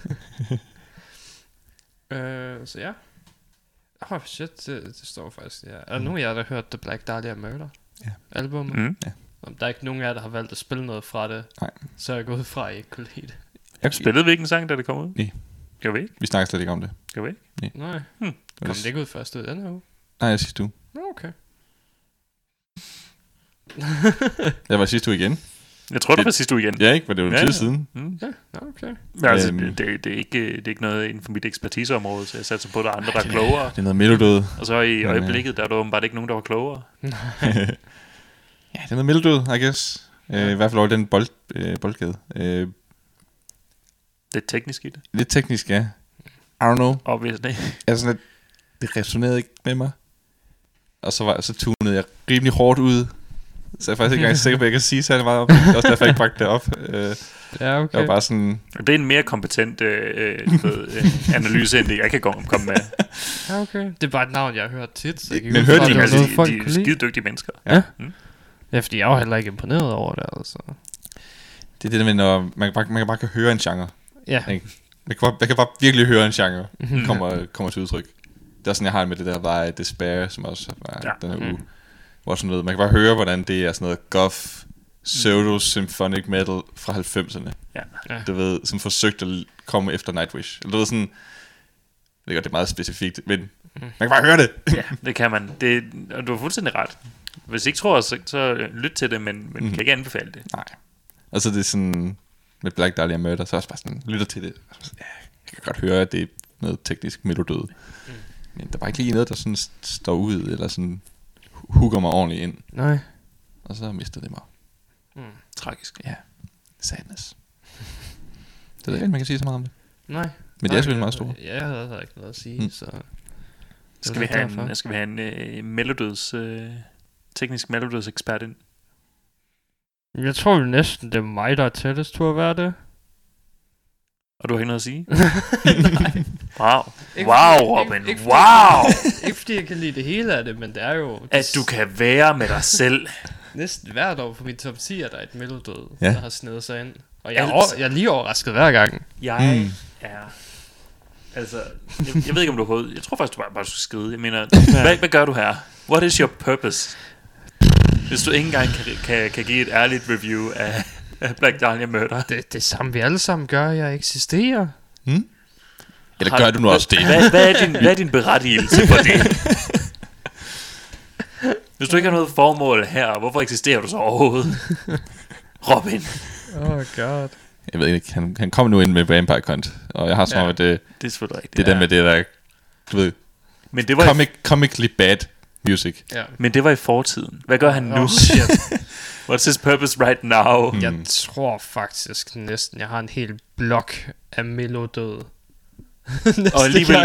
Så ja. Shit, det står faktisk. Ja. Er der nogen af jer, der har hørt The Black Dahlia Murder? Ja. Albumet? Ja. Om der er ikke nogen af jer, der har valgt at spille noget fra det. Nej. Så er jeg gået fra, at I ikke kunne lide det. Spillede vi ikke en sang, da det kom ud? Nej. Gjorde vi ikke? Vi snakker slet ikke om det. Gjorde vi ikke? Nej. Kom det ikke ud først ud denne uge? Nej, jeg sidste uge. Okay. Jeg var sidste uge igen. Jeg tror, det var sidste uge igen. Ja, ikke? For det var en tid siden. Ja, okay. Ja, altså, det er ikke noget inden for mit ekspertiseområde, så jeg satser på, at der er andre, der er klogere. Det er noget melodød. Og så i øjeblikket, der er der åbenbart ikke nogen, der var klogere. Ja, det er noget melodød, I guess. I hvert fald over den boldgade. Lidt teknisk i det. Lidt teknisk, ja. I don't know. Obviously. Altså, det resonerede ikke med mig. Og så tunede jeg rimelig hårdt ud. Så jeg er faktisk ikke engang sikker på, at jeg kan sige særlig meget om det. Også derfor, jeg ikke bragte det op. Ja, okay. Jeg var bare sådan... Det er en mere kompetent analyse, end det jeg kan komme med. Ja, okay. Det er bare et navn, jeg har hørt tit. Så jeg men hørte de er skide dygtige mennesker. Ja. Ja, fordi jeg er jo heller ikke imponeret over det, altså. Det er det med, når man kan bare høre en genre. Ja. Man kan bare virkelig høre en genre kommer til udtryk. Det er sådan, jeg har det med det der var Despair, som også var den her uge. Hvor sådan noget, man kan bare høre, hvordan det er sådan noget goth, pseudo-symphonic metal fra 90'erne. Ja. Du ved, som forsøgte at komme efter Nightwish. Eller du ved sådan, det er meget specifikt, men man kan bare høre det. Ja, det kan man. Og du har fuldstændig ret. Hvis I ikke tror, så lyt til det, men kan ikke anbefale det. Nej. Og så det er sådan, med Black Dahlia Murder, så også bare sådan, lytter til det. Ja, jeg kan godt høre, at det er noget teknisk melodød. Men der er bare ikke lige noget, der sådan står ud, eller sådan hooker mig ordentligt ind. Nej. Og så mister det mig. Tragisk. Ja. Sadness. Det er ikke, man kan sige så meget om det. Nej. Men det er selvfølgelig meget stort. Ja, jeg havde ikke noget at sige, så... Skal vi have en teknisk melodøds ekspert ind? Jeg tror jo næsten, det er mig, der er tættest på at være det. Og du har ikke noget at sige? Nej. Wow. Wow, Robin. Wow. Ikke fordi jeg kan lide det hele af det, men det er jo... At du kan være med dig selv. Næsten hvert år på min top 10 er der et melodød, der har snedet sig ind. Og jeg er lige overrasket hver gang. Jeg er... Altså, jeg ved ikke om du overhovedet... Jeg tror faktisk, du bare skulle skride. Jeg mener, hvad gør du her? What is your purpose? Hvis du ikke engang kan give et ærligt review af Black Dahlia Murder. Det er samme vi alle sammen gør. Jeg eksisterer. Eller gør du nu også det? Hvad er din berettigelse for det? Hvis du ikke har noget formål her, hvorfor eksisterer du så overhovedet? Robin. Oh god. Jeg ved ikke, han kommer nu ind med Vampire Hunt, og jeg har sådan at det er selvfølgelig rigtigt. Det er den med det der, du ved, men det var comically bad music. Ja. Men det var i fortiden. Hvad gør han nu? Shit. What's his purpose right now? Jeg tror faktisk næsten, jeg har en hel blok af melodød. Og alligevel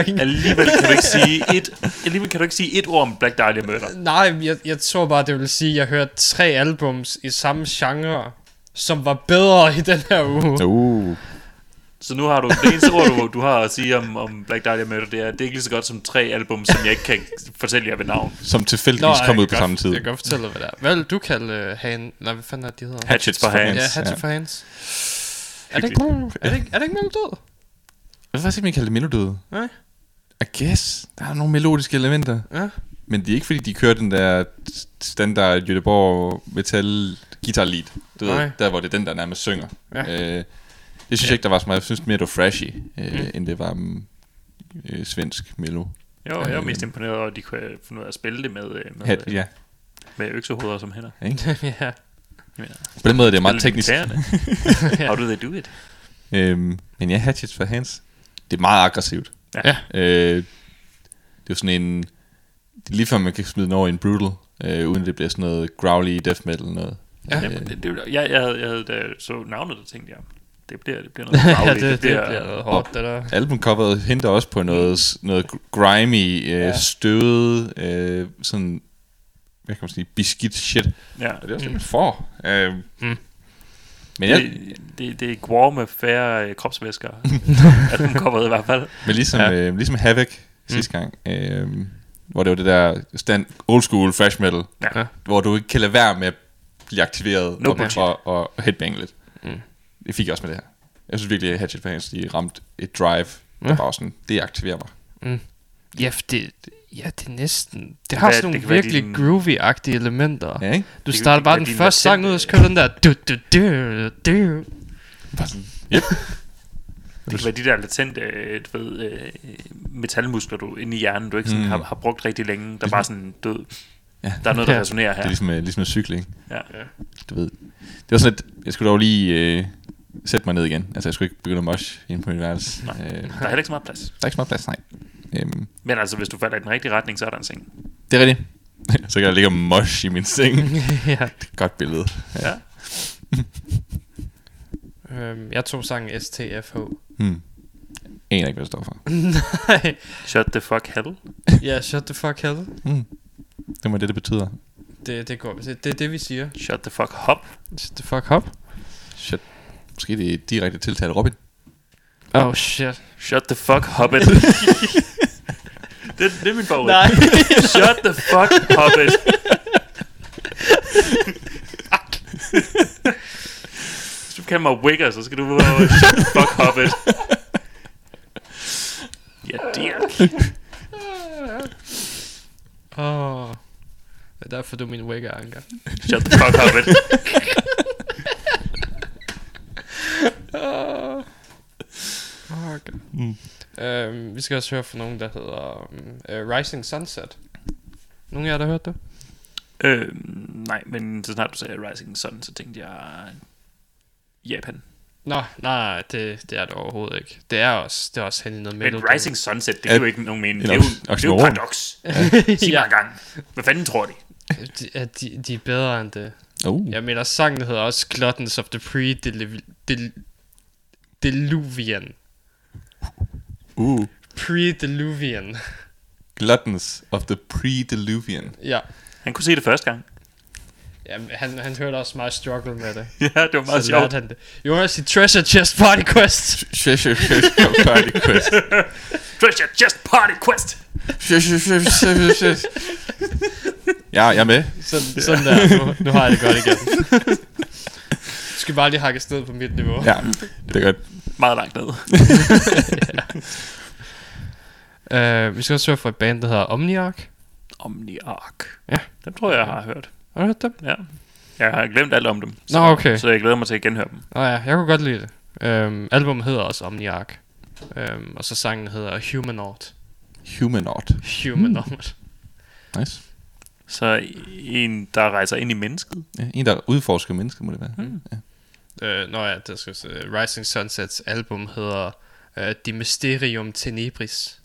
kan du ikke sige et ord om Black Dahlia Murder. Nej, jeg tror bare, det vil sige, at jeg hørte 3 albums i samme genre, som var bedre i den her uge. Så nu har du det eneste ord, du har at sige om Black Dahlia Murder, det er ikke lige så godt som 3 album, som jeg ikke kan fortælle jer ved navn. Som tilfældigvis kom ud på samme tid. Jeg kan godt fortælle dig, hvad det er. Hvad vil du kalde nej, hvad fanden er det, de hedder? Hatchets for Hands. Ja, Hatchet for Hands. Er det ikke melodød? Jeg ved faktisk ikke, om jeg kalder det melodød. Nej. I guess. Der er nogle melodiske elementer. Ja. Men det er ikke fordi, de kører den der standard Göteborg metal guitar lead. Du ved, der hvor det er den, der nærmest synger. Ja. Det synes jeg ikke, der var så meget. Jeg synes mere, det var flashy, end det var svensk melo. Jo, jeg var mest imponeret over, at de kunne finde ud af at spille det med øksehoveder som hænder. Ja. På den måde er det meget teknisk. How do they do it? Men ja, Hatchets for Hands, det er meget aggressivt. Ja. Det er jo sådan en... Det er lige før man kan smide den over i en brutal, uden det bliver sådan noget growly death metal noget. Ja. Jeg havde da så navnet, der tænkte jeg, det bliver noget growly. Det bliver noget hårdt, det der. Albumcoveret henter også på noget grimy, støvet, sådan, hvad kan man sige, beskidt shit. Ja. Og det er også det, man får. Men det er Gwar med færre kropsvæsker. Albumcoveret i hvert fald. Men ligesom Havoc sidste gang, hvor det var det der old school thrash metal, hvor du ikke kan lade være med at blive aktiveret og headbange lidt. Det fik jeg også med det her. Jeg synes virkelig, at Hatchet for Hands, de ramte et drive, der bare sådan, det aktiverer mig. Ja, det er næsten... Det har sådan nogle virkelig groovy-agtige elementer. Ja, ikke? Du starter bare den første sang ud, og så kører den der... Bare sådan, yep. Det kan være de der latente metalmuskler du inde i hjernen, du ikke sådan har brugt rigtig længe, der bare sådan død. Ja. Der er noget, der resonerer her. Det er ligesom at cykle, ikke? Ja. Du ved. Det var sådan lidt... Jeg skulle dog lige sætte mig ned igen. Altså, jeg skulle ikke begynde at mosh inde på mit værelse. Der er heller ikke så meget plads. Der er ikke så meget plads, nej. Men altså, hvis du falder i den rigtige retning, så er der en seng. Det er rigtigt. Så kan jeg ligge og mosh i min seng. Det er et godt billede. Ja. Jeg tog sangen STFH. Aner ikke, hvad det står for. Nej. Shut the fuck hell. Ja, shut the fuck hell. Det må det betyder. Det går. Det er det, vi siger. Shut the fuck hop. Shut the fuck hop. Shut. Måske det er direkte tiltalt Robin. Oh shit. Shut the fuck hobbit. det er min favorit. Nej. Shut the fuck hobbit. Hvis du kalder mig Wigger, så skal du shut the fuck hobbit. Ja, dirk. Det er derfor, du er min Wigger, Anker. Shut the fuck hobbit. Okay. Vi skal også høre fra nogen, der hedder Rising Sunset. Nogen af jer, der har hørt det? Nej, men så snart du sagde Rising Sun, så tænkte jeg Japan. Nej, det er det overhovedet ikke. Det er også hen i noget middle. Men Rising Sunset, det er jo ikke nogen mening. Det er jo paradoks. Sig mig en gang. Hvad fanden tror de? De er bedre end det. Jeg mener, sangen hedder også Gluttons of the Pre-Diluvian. Pre-Diluvian. Gluttons of the Pre-Diluvian. Ja. Han kunne se det første gang. Ja, han hørte også meget struggle med det. Ja, det var meget sjovt. You wanna see Treasure Chest Party Quest? Treasure Chest Party Quest. Treasure Chest Party Quest. Ja, jeg er med. Sådan der, nu har jeg det godt igen. Du skal bare lige hakke sted på mit niveau. Ja, det er godt. Meget langt ned. Vi skal også høre fra et band, der hedder Omniarch. Omniarch. Ja. Dem tror jeg har hørt. Har du hørt dem? Ja. Jeg har glemt alt om dem. Så, okay. Så jeg glæder mig til at genhøre dem. Ja, jeg kunne godt lide det. Albumet hedder også Omniarch. Og så sangen hedder Humanoid. Humanoid. Humanoid. Nice. Så en, der rejser ind i mennesket. Ja, en, der udforsker mennesket, må det være. Ja. Det skal sige, Rising Sunsets album hedder De Mysterium Tenebris.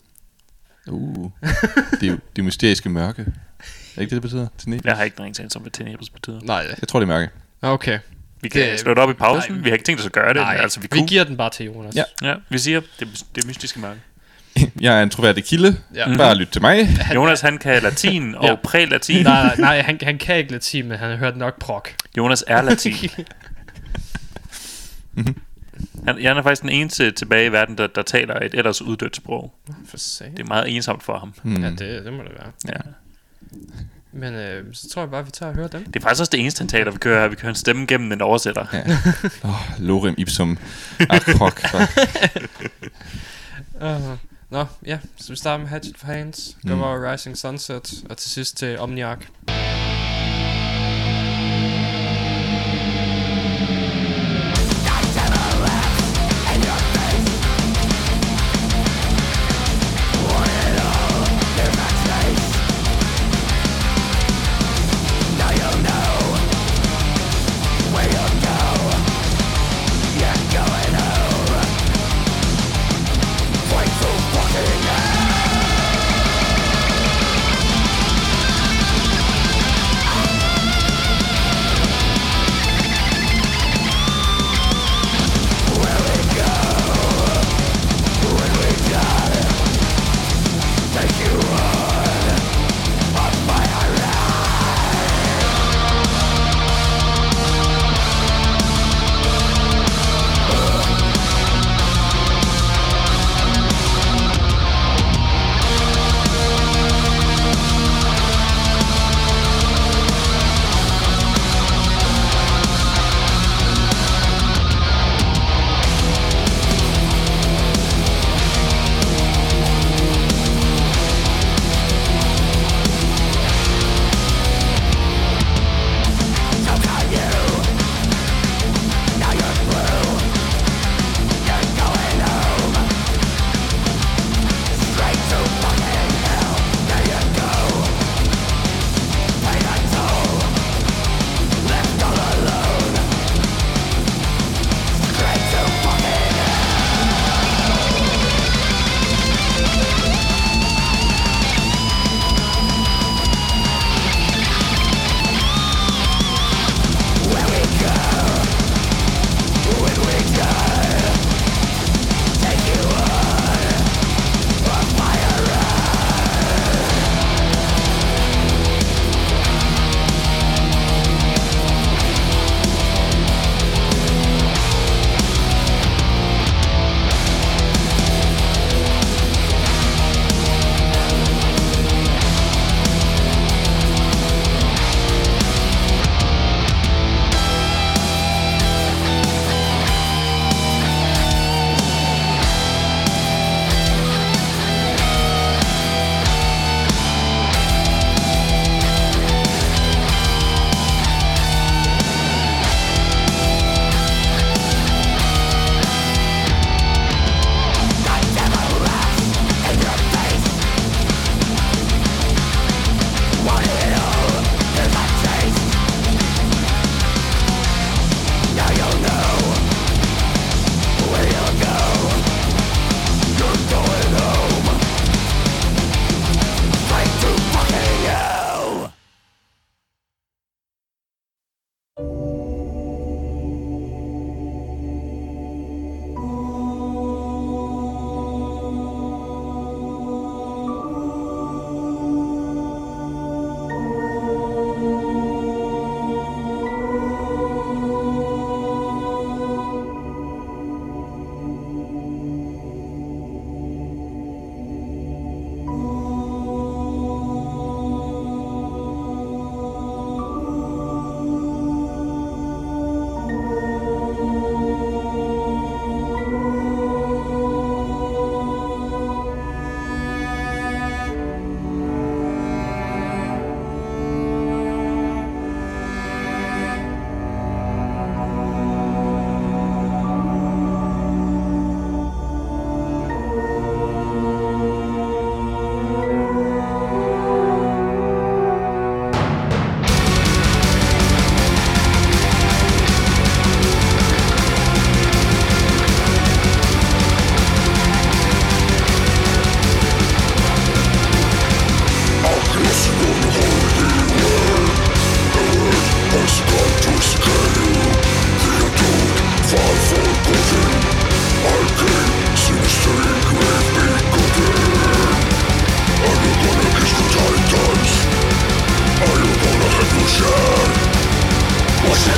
Det mysteriske mørke. Er ikke det betyder? Tenebris? Jeg har ikke nogen anelse om, hvad Tenebris betyder. Nej. Jeg tror, det er mørke. Okay. Vi kan slå det op i pausen. Nej, vi har ikke tænkt os at gøre det. Nej, altså, vi giver den bare til Jonas. Ja, vi siger, det mystiske mørke. Jeg er en troværdig kilde. Bare lyt til mig. Jonas, han kan latin og prælatin. Nej, han kan ikke latin, men han har hørt nok prog. Jonas er latin. Han er faktisk den eneste tilbage i verden, der taler et ellers uddødt sprog. Det er meget ensomt for ham. Ja, det må det være. Ja. Men så tror jeg bare, vi tager og hører dem. Det er faktisk også det eneste, han taler. Vi kører en stemme gennem en oversætter. Ja. Lorem ipsum ad hoc. Så vi starter med Hatchet for Hands, går over Rising Sunset, og til sidst til Omniarch.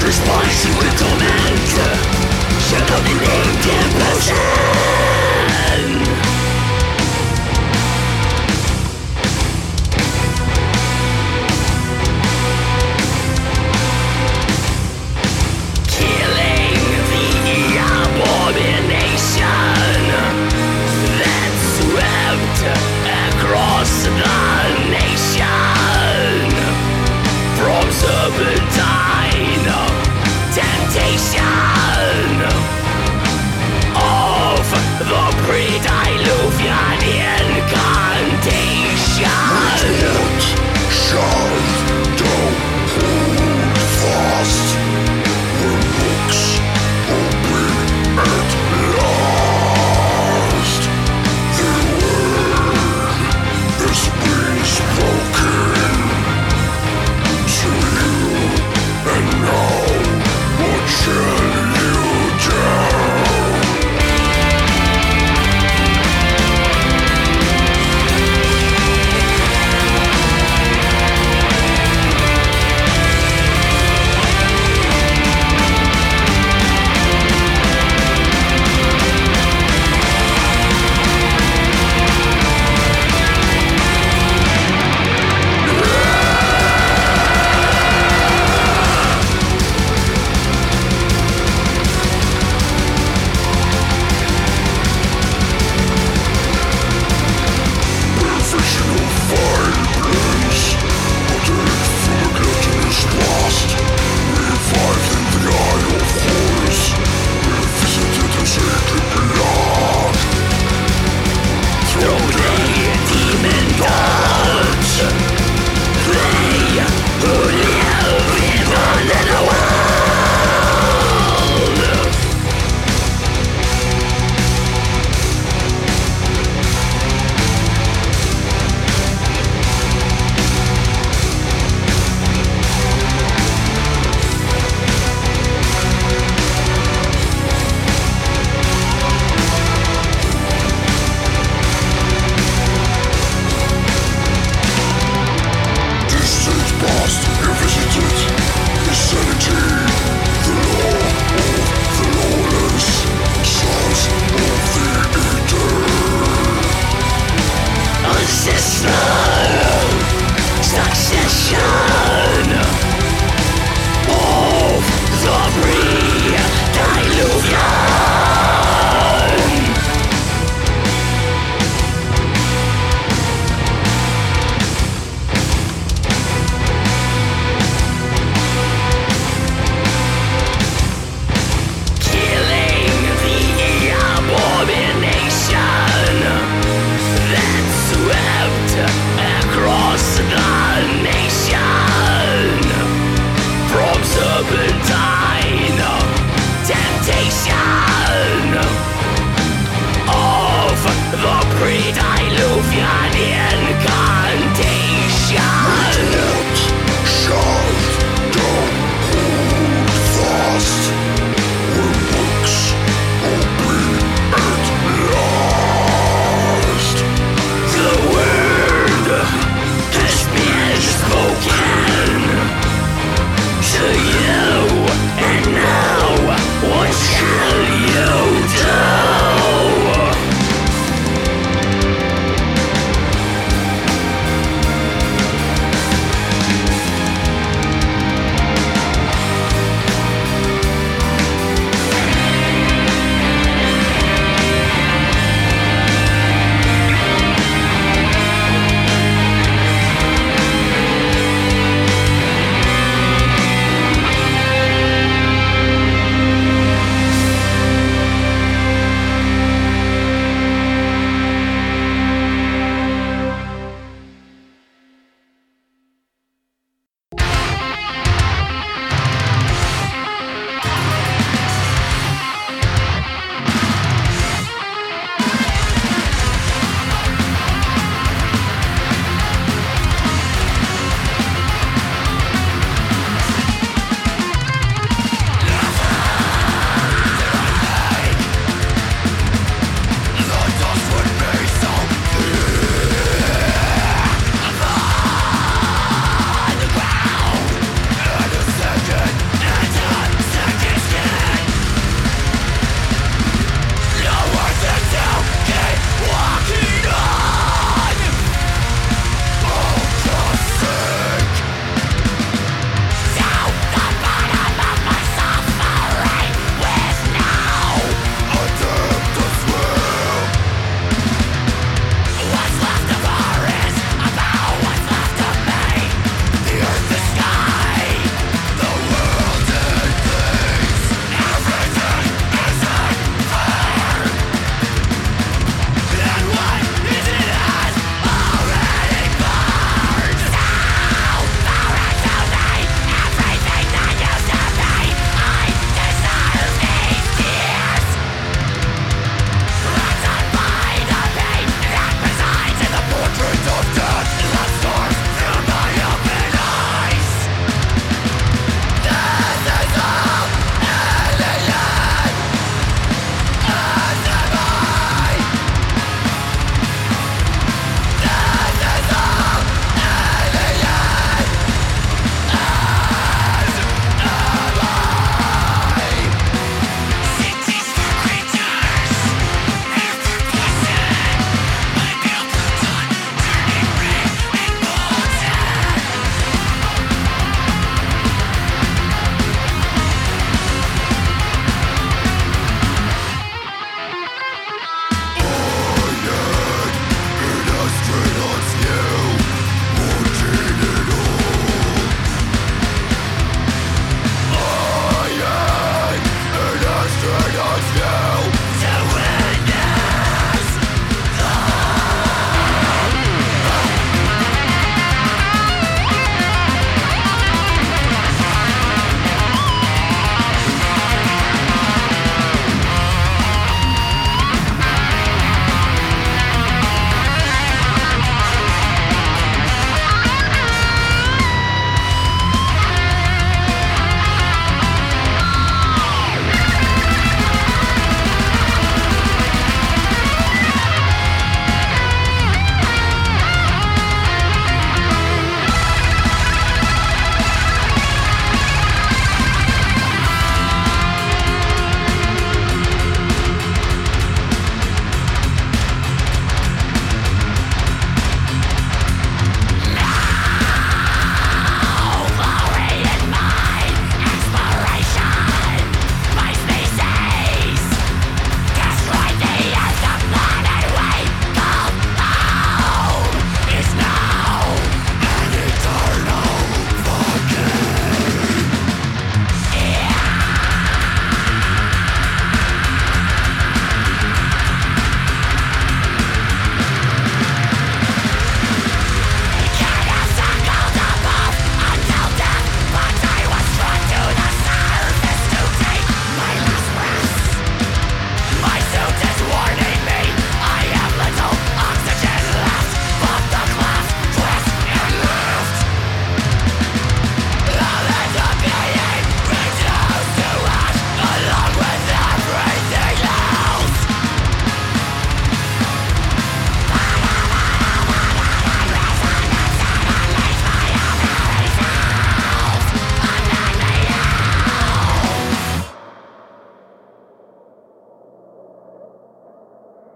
Spicy with torment, shadow the naked passion. Killing the abomination that swept across the nation. From serpentine temptation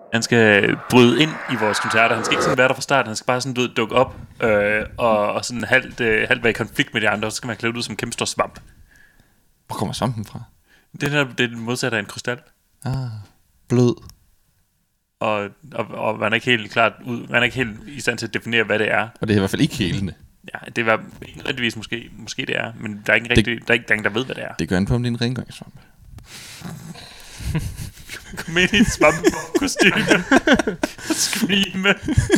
Han skal bryde ind i vores koncerter. Han skal ikke sådan være der fra starten. Han skal bare sådan dukke op og sådan halvt være i konflikt med de andre. Og så skal man klæde ud som en kæmpe stor svamp. Hvor kommer svampen fra? Det er det modsatte af en krystal. Blød. Og man er ikke helt klart ud. Man er ikke helt i stand til at definere, hvad det er. Og det er i hvert fald ikke helende. Ja, det var ikke rigtigvis måske det er. Men der er ikke rigtig, der er ikke nogen, der ved, hvad det er. Det gør an på, om det er en rengøringssvamp. Kom ind i et svampekostyme. Screame.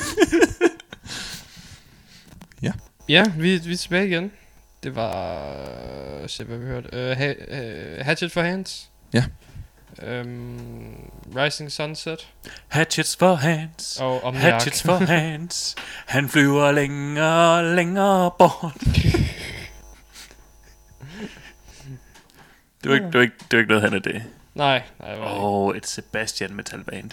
Ja. Ja, vi er tilbage igen. Det var... se, hvad vi hørte. Hatchet for Hands. Ja. Rising Sunset. Hatchets for hands. Og Omniarch. Hatchets for hands. Han flyver længere bort. Det var ikke noget, han er det. Nej. Et Sebastian metalband.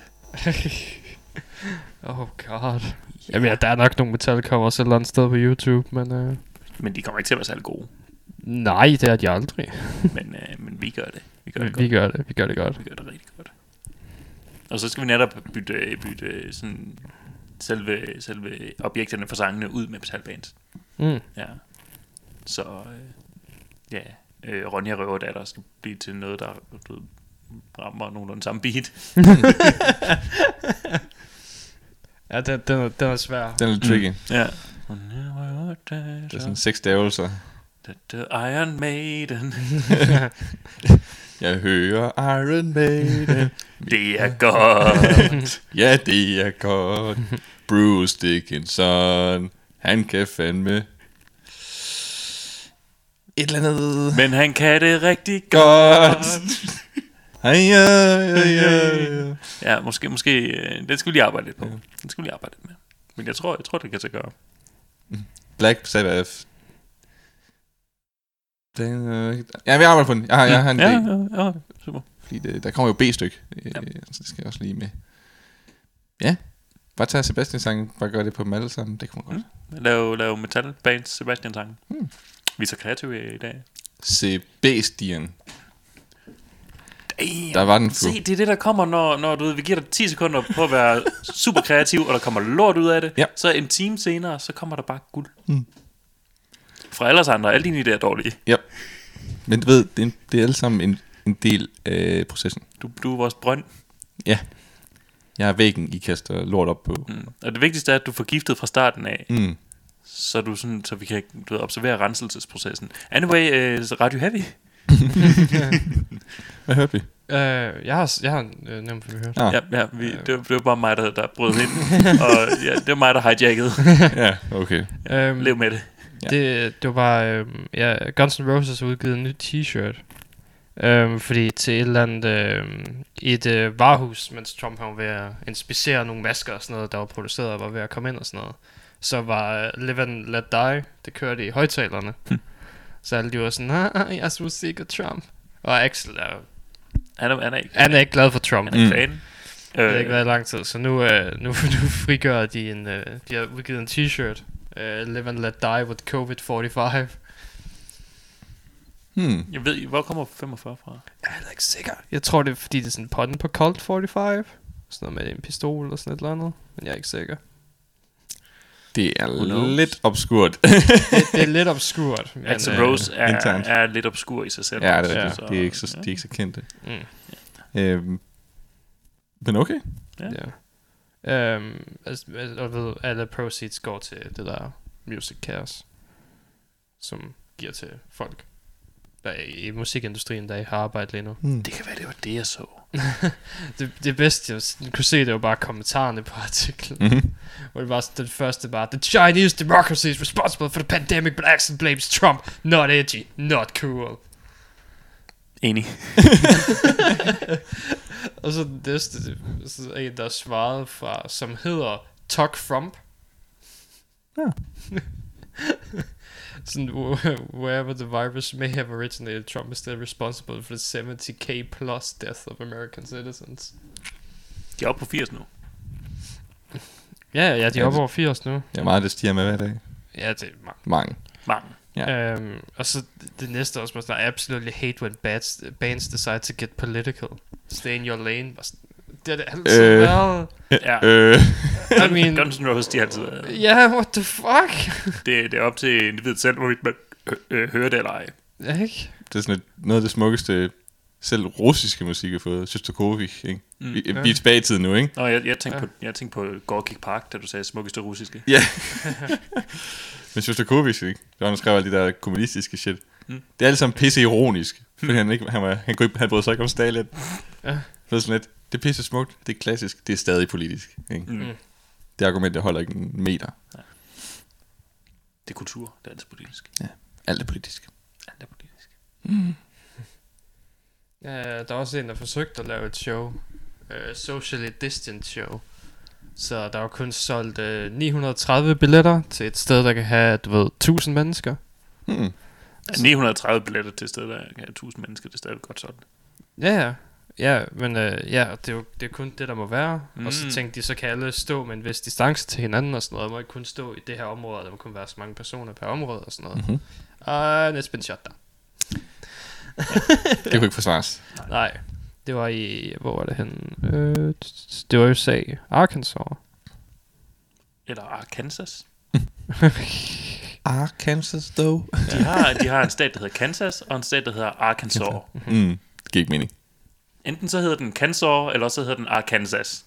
Oh god. Jamen, der er nok nogle metalcovers et eller andet sted på YouTube, men... Men de kommer ikke til at være særlig gode. Nej, det er de aldrig. men vi gør det. Vi gør det Vi gør det godt. Vi gør det rigtig godt. Og så skal vi netop bytte sådan selve objekterne for sangene ud med metalbands. Ja. Så Ronja Røverdatter skal blive til noget, der rammer nogenlunde samme beat. Ja, den er svær. Den er lidt tricky. Ja. Det er sådan 6 stavelser. The Iron Maiden. Jeg hører Iron Maiden. Det er godt. Ja, det er godt. Bruce Dickinson. Han kan fandme et eller andet. Men han kan det rigtig godt. Ja, måske det skal vi lige arbejde lidt på. Det skal vi lige arbejde lidt med. Men jeg tror det kan sig gøre. Black Sabbath. Ja, vi arbejder på den. Jeg har en idé. Ja, super. Fordi der kommer jo B-styk. Så det skal jeg også lige med. Ja. Bare tage Sebastian sangen. Bare gøre det på dem alle sammen. Det kunne man godt. Lave metal bands Sebastian sangen. Vi er så kreative i dag. Sebastian. Damn. Der var den. Se, det er det der kommer når du ved, vi giver dig 10 sekunder på at være super kreativ, og der kommer lort ud af det. Ja. Så en time senere, så kommer der bare guld. Fra alle os andre, alle dine idéer er dårlige. Ja. Men du ved, det er alle sammen en del af processen. Du er vores brønd. Ja. Jeg er væggen, I kaster lort op på. Og det vigtigste er, at du får giftet fra starten af. Så du sådan, så vi kan observere renselsesprocessen. Anyway, Radio Heavy. Hvad hørte vi? Jeg har nævnt, hvad vi hørte. Ja, det var bare mig, der brød ind. Og det var mig, der hijackede. Ja, okay. Lev med det. Det var Guns N' Roses udgivet en ny t-shirt. Fordi til et eller andet varehus, mens Trump var ved at inspicere nogle masker og sådan noget, der var produceret og var ved at komme ind og sådan noget, så var Live and Let Die, det kørte i højtalerne. Så alle de var sådan, jeg skulle sikke Trump. Og Axel han er ikke glad for Trump. Han er fan. Det har ikke været lang tid. Så nu frigør de de har udgivet en t-shirt. Live and Let Die with COVID-45. Jeg ved, hvor kommer 45 fra? Jeg er ikke sikker. Jeg tror det er fordi det er sådan en pun på Colt 45. Sådan noget med en pistol eller sådan et eller andet. Men jeg er ikke sikker. Det er lidt obskurt. det er lidt obskurt. Axl Rose er lidt obskur i sig selv. Ja, det er det. De er ikke så kendte. Men okay. Ja. Jeg ved, alle proceeds går til det der Music Cares, som giver til folk der er i musikindustrien, der har arbejdet lige nu. Det kan være, det var det, jeg så. det bedste, jeg kunne se, det var bare kommentarerne på artiklen. Hvor det var den første bare, the Chinese democracy is responsible for the pandemic, but Axel blames Trump. Not edgy, not cool. Enig. Og så så en, der svarede fra, som hedder Tuck Frump. Sådan, wherever the virus may have originated, Trump is still responsible for the 70k plus death of American citizens. De er oppe på 80 nu. Ja, de er oppe over 80 nu. Ja, meget det stiger med hver dag. Ja, det er mange. Ja. Og så det næste også, I absolutely hate when bands decide to get political. Stay in your lane. Det er det altid været. Ja. I mean... Guns N' Roses, de har altid været. Yeah, what the fuck? Det er op til individet selv, hvorvidt man hører det eller ej. Ja, ikke? Det er sådan noget af det smukkeste, selv russiske musik har fået. Shostakovich, ikke? Vi er tilbage i tiden nu, ikke? Nå, jeg tænkte på Gorky Park, da du sagde smukkeste russiske. Ja. Men Shostakovich, ikke? Det var, han skrev alle de der kommunistiske shit. Det er alt sammen pisse ironisk. Fordi han brød sig ikke om Stalin. Ja. Så sådan lidt, det er pisse smukt, det er klassisk, det er stadig politisk, ikke? Det argument, der holder ikke en meter. Ja. Det er kultur, det er altid politisk. Ja, alt er politisk. Alt er politisk. Ja, der er også en, der forsøgte at lave et show. Socially distant show. Så der var kun solgt 930 billetter til et sted, der kan have, du ved, 1000 mennesker. 930 billetter til et sted, der kan have 1000 mennesker, det er stadig godt solgt. Ja, men det er kun det, der må være. Og så tænkte de, så kan alle stå med en vis distance til hinanden og sådan noget. Der må ikke kun stå i det her område, der må kun være så mange personer per område og sådan noget. Og it's been shut down. Det kunne ikke forsvares. Nej, det var i, hvor var det henne? Det var i USA, Arkansas. Eller Arkansas. Arkansas, though. De har en stat, der hedder Kansas, og en stat, der hedder Arkansas. Det giver ikke mening. Enten så hedder den Kansas, eller så hedder den Arkansas.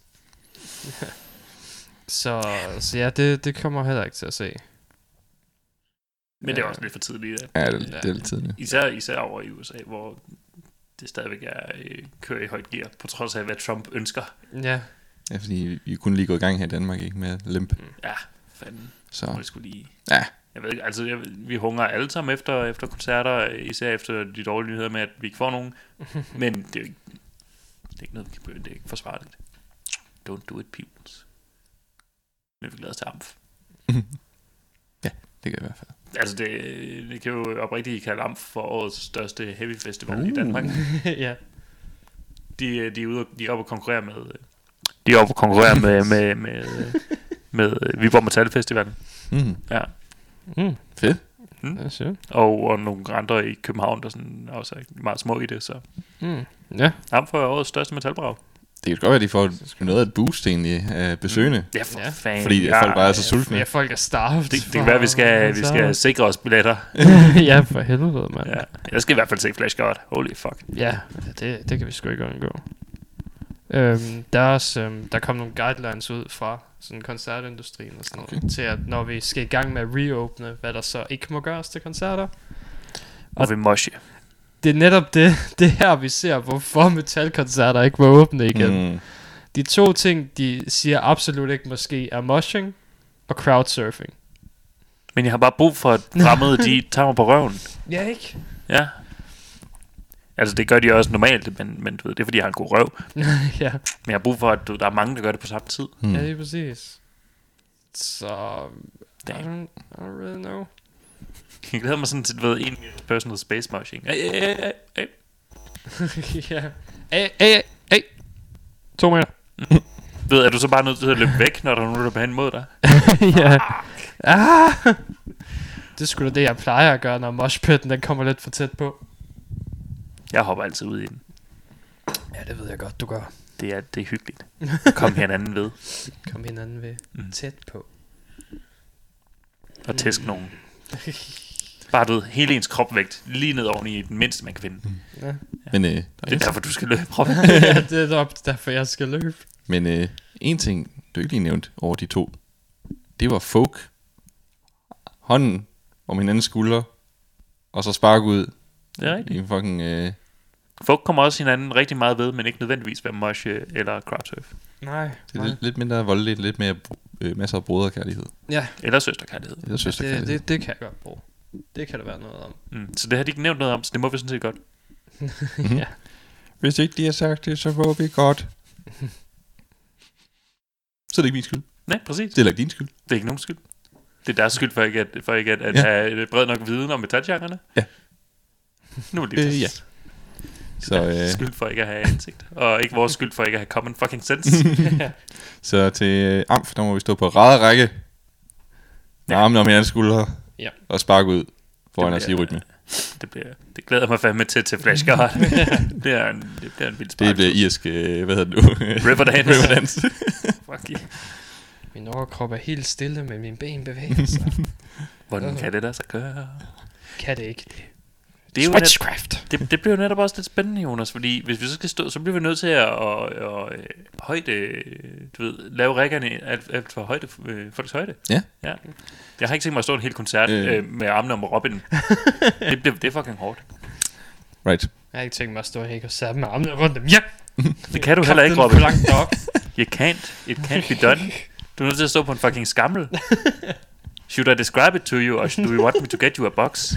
Så ja, det kommer heller ikke til at se. Men det er også lidt for tidligt. Ja, det er lidt tidligt. Især over i USA, hvor det stadigvæk er kører i højt gear, på trods af, hvad Trump ønsker. Ja. Ja, fordi vi kunne lige gå i gang her i Danmark, ikke, med limp. Ja, fanden. Så. Det skulle lige... Ja. Jeg ved ikke, altså vi hungrer alle sammen efter koncerter, især efter de dårlige nyheder med, at vi ikke får nogen. Men det er jo ikke, det er ikke noget, vi kan det er ikke forsvarligt. Don't do it, peoples. Men vi glæder os til Amf. Ja, det kan i hvert fald. Altså det kan jo oprigtigt kalde Amf for årets største heavy festival i Danmark. Ja. De er oppe at konkurrere med... De er oppe at konkurrere med Viborg Metal Festivalen. Ja. Fedt. Og nogle andre i København, der sådan også er meget små i det, så... Ja. Amf for årets største metalbrag. Det kan godt være, at de får noget af et boost egentlig af besøgende. Ja, for fanden. Fordi folk bare er så sultne. Ja, folk er starved. Det kan være, at vi skal sikre os billetter. Ja, for helvede, mand. Ja. Jeg skal i hvert fald se Flash God. Holy fuck. Ja, det kan vi sgu ikke undgå. Der er også, der kom nogle guidelines ud fra sådan koncertindustrien og sådan noget, til at når vi skal i gang med at reåbne, hvad der så ikke må gøres til koncerter. Og vi moshe. Det er netop det her, vi ser, hvorfor metalkoncerter ikke må åbne igen. De to ting, de siger absolut ikke måske, er moshing og crowdsurfing. Men jeg har bare brug for, at fremmede, de tager mig på røven. Ja, ikke? Ja. Altså, det gør de også normalt, men du ved, det er, fordi jeg har en god røv. Ja. Men jeg har brug for, at der er mange, der gør det på samme tid. Ja, det er præcis. Så... I don't really know. Jeg glæder mig sådan til, ved, en personal space moshing. Ja. Hey. 2 meter. Ved, er du så bare nødt til at løbe væk, når der er nogen, der er hen mod dig? Ja. Det er sgu da det, jeg plejer at gøre, når moshpitten den kommer lidt for tæt på. Jeg hopper altid ud i den. Ja, det ved jeg godt, du gør. Det er hyggeligt. Kom hinanden ved. Kom hinanden ved. Tæt på. Og tæsk nogen. Bare du ved, hele ens kropvægt lige ned oven i den mindste, man kan finde. Ja. Men, det er derfor, du skal løbe. Ja, det er derfor, jeg skal løbe. Men en ting, du ikke lige nævnt over de to, det var folk. Hånden om hinandens skulder, og så spark ud. Det er rigtigt. I fucking... Folk kommer også hinanden rigtig meget ved, men ikke nødvendigvis ved mosh eller crowdsurf. Nej. Det er lidt mindre voldeligt, lidt mere masser af broderkærlighed. Ja. Eller søsterkærlighed. Eller søsterkærlighed. Det kan jeg godt bruge. Det kan der være noget om. Så det har de ikke nævnt noget om, så det må vi sådan set godt. Ja. Hvis ikke de har sagt det, så må vi godt. Så er det ikke min skyld. Nej, præcis. Det er ikke din skyld. Det er ikke nogen skyld. Det er deres skyld for ikke at have bred nok viden om metalgenrerne. Ja. Nu er det ja. Så skyld for ikke at have ansigt. Og ikke vores skyld for ikke at have common fucking sense. Så til Amf, der må vi stå på række. Med armene om hinandens skuldre. Ja. Og sparke ud foran os i rytme. Det glæder mig fandme til Flashguard. Det bliver en vild spark. Det bliver irsk, hvad hedder det nu? Riverdance. Fuck yeah. Min overkrop er helt stille, men mine ben bevæger sig. Hvordan kan det der så gøre? Kan det ikke. Det er jo Switchcraft. Det bliver jo netop også lidt spændende, Jonas, fordi hvis vi så skal stå, så bliver vi nødt til at højde, du ved, lave rækkerne alt for højde, folks højde. Ja. Jeg har ikke tænkt mig at stå en hel koncert med armene om Robin. Det er fucking hårdt. Right. Jeg har ikke tænkt mig at stå her og sætte med armene rundt dem. Ja! Det kan du heller ikke, Robin. Langt nok. You can't. It can't be done. Du er nødt til at stå på en fucking skammel. Should I describe it to you, or do you want me to get you a box?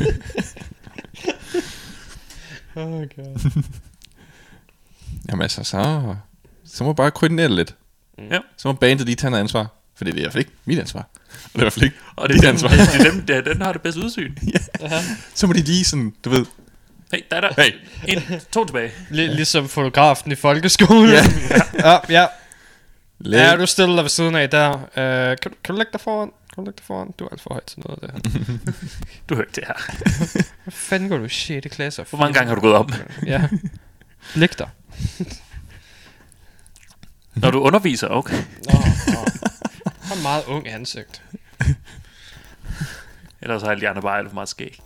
Oh god. Jamen altså, så må bare koordinere lidt. Ja. Så må bandet lige tage noget ansvar. For det er i hvert fald ikke mit ansvar. Og det er i hvert fald ikke Og det er ansvar. Det er dem, der har det bedste udsyn. Ja. Så må de lige sådan, du ved. Hey, der. Hey. 2 tilbage. Ligesom fotografen i folkeskolen. Ja. Ja. Ja, du stiller dig ved siden af der. Kan du lægge dig foran? Du er alt for højt til noget af det her. Du hørte det her. Hvad fanden går du i 6. klasse? Hvor mange gange har du gået op? Ja. Læg dig. Når du underviser, okay. Nå. Har meget ung ansigt. Ellers har alle de andre bare alt for meget skæg.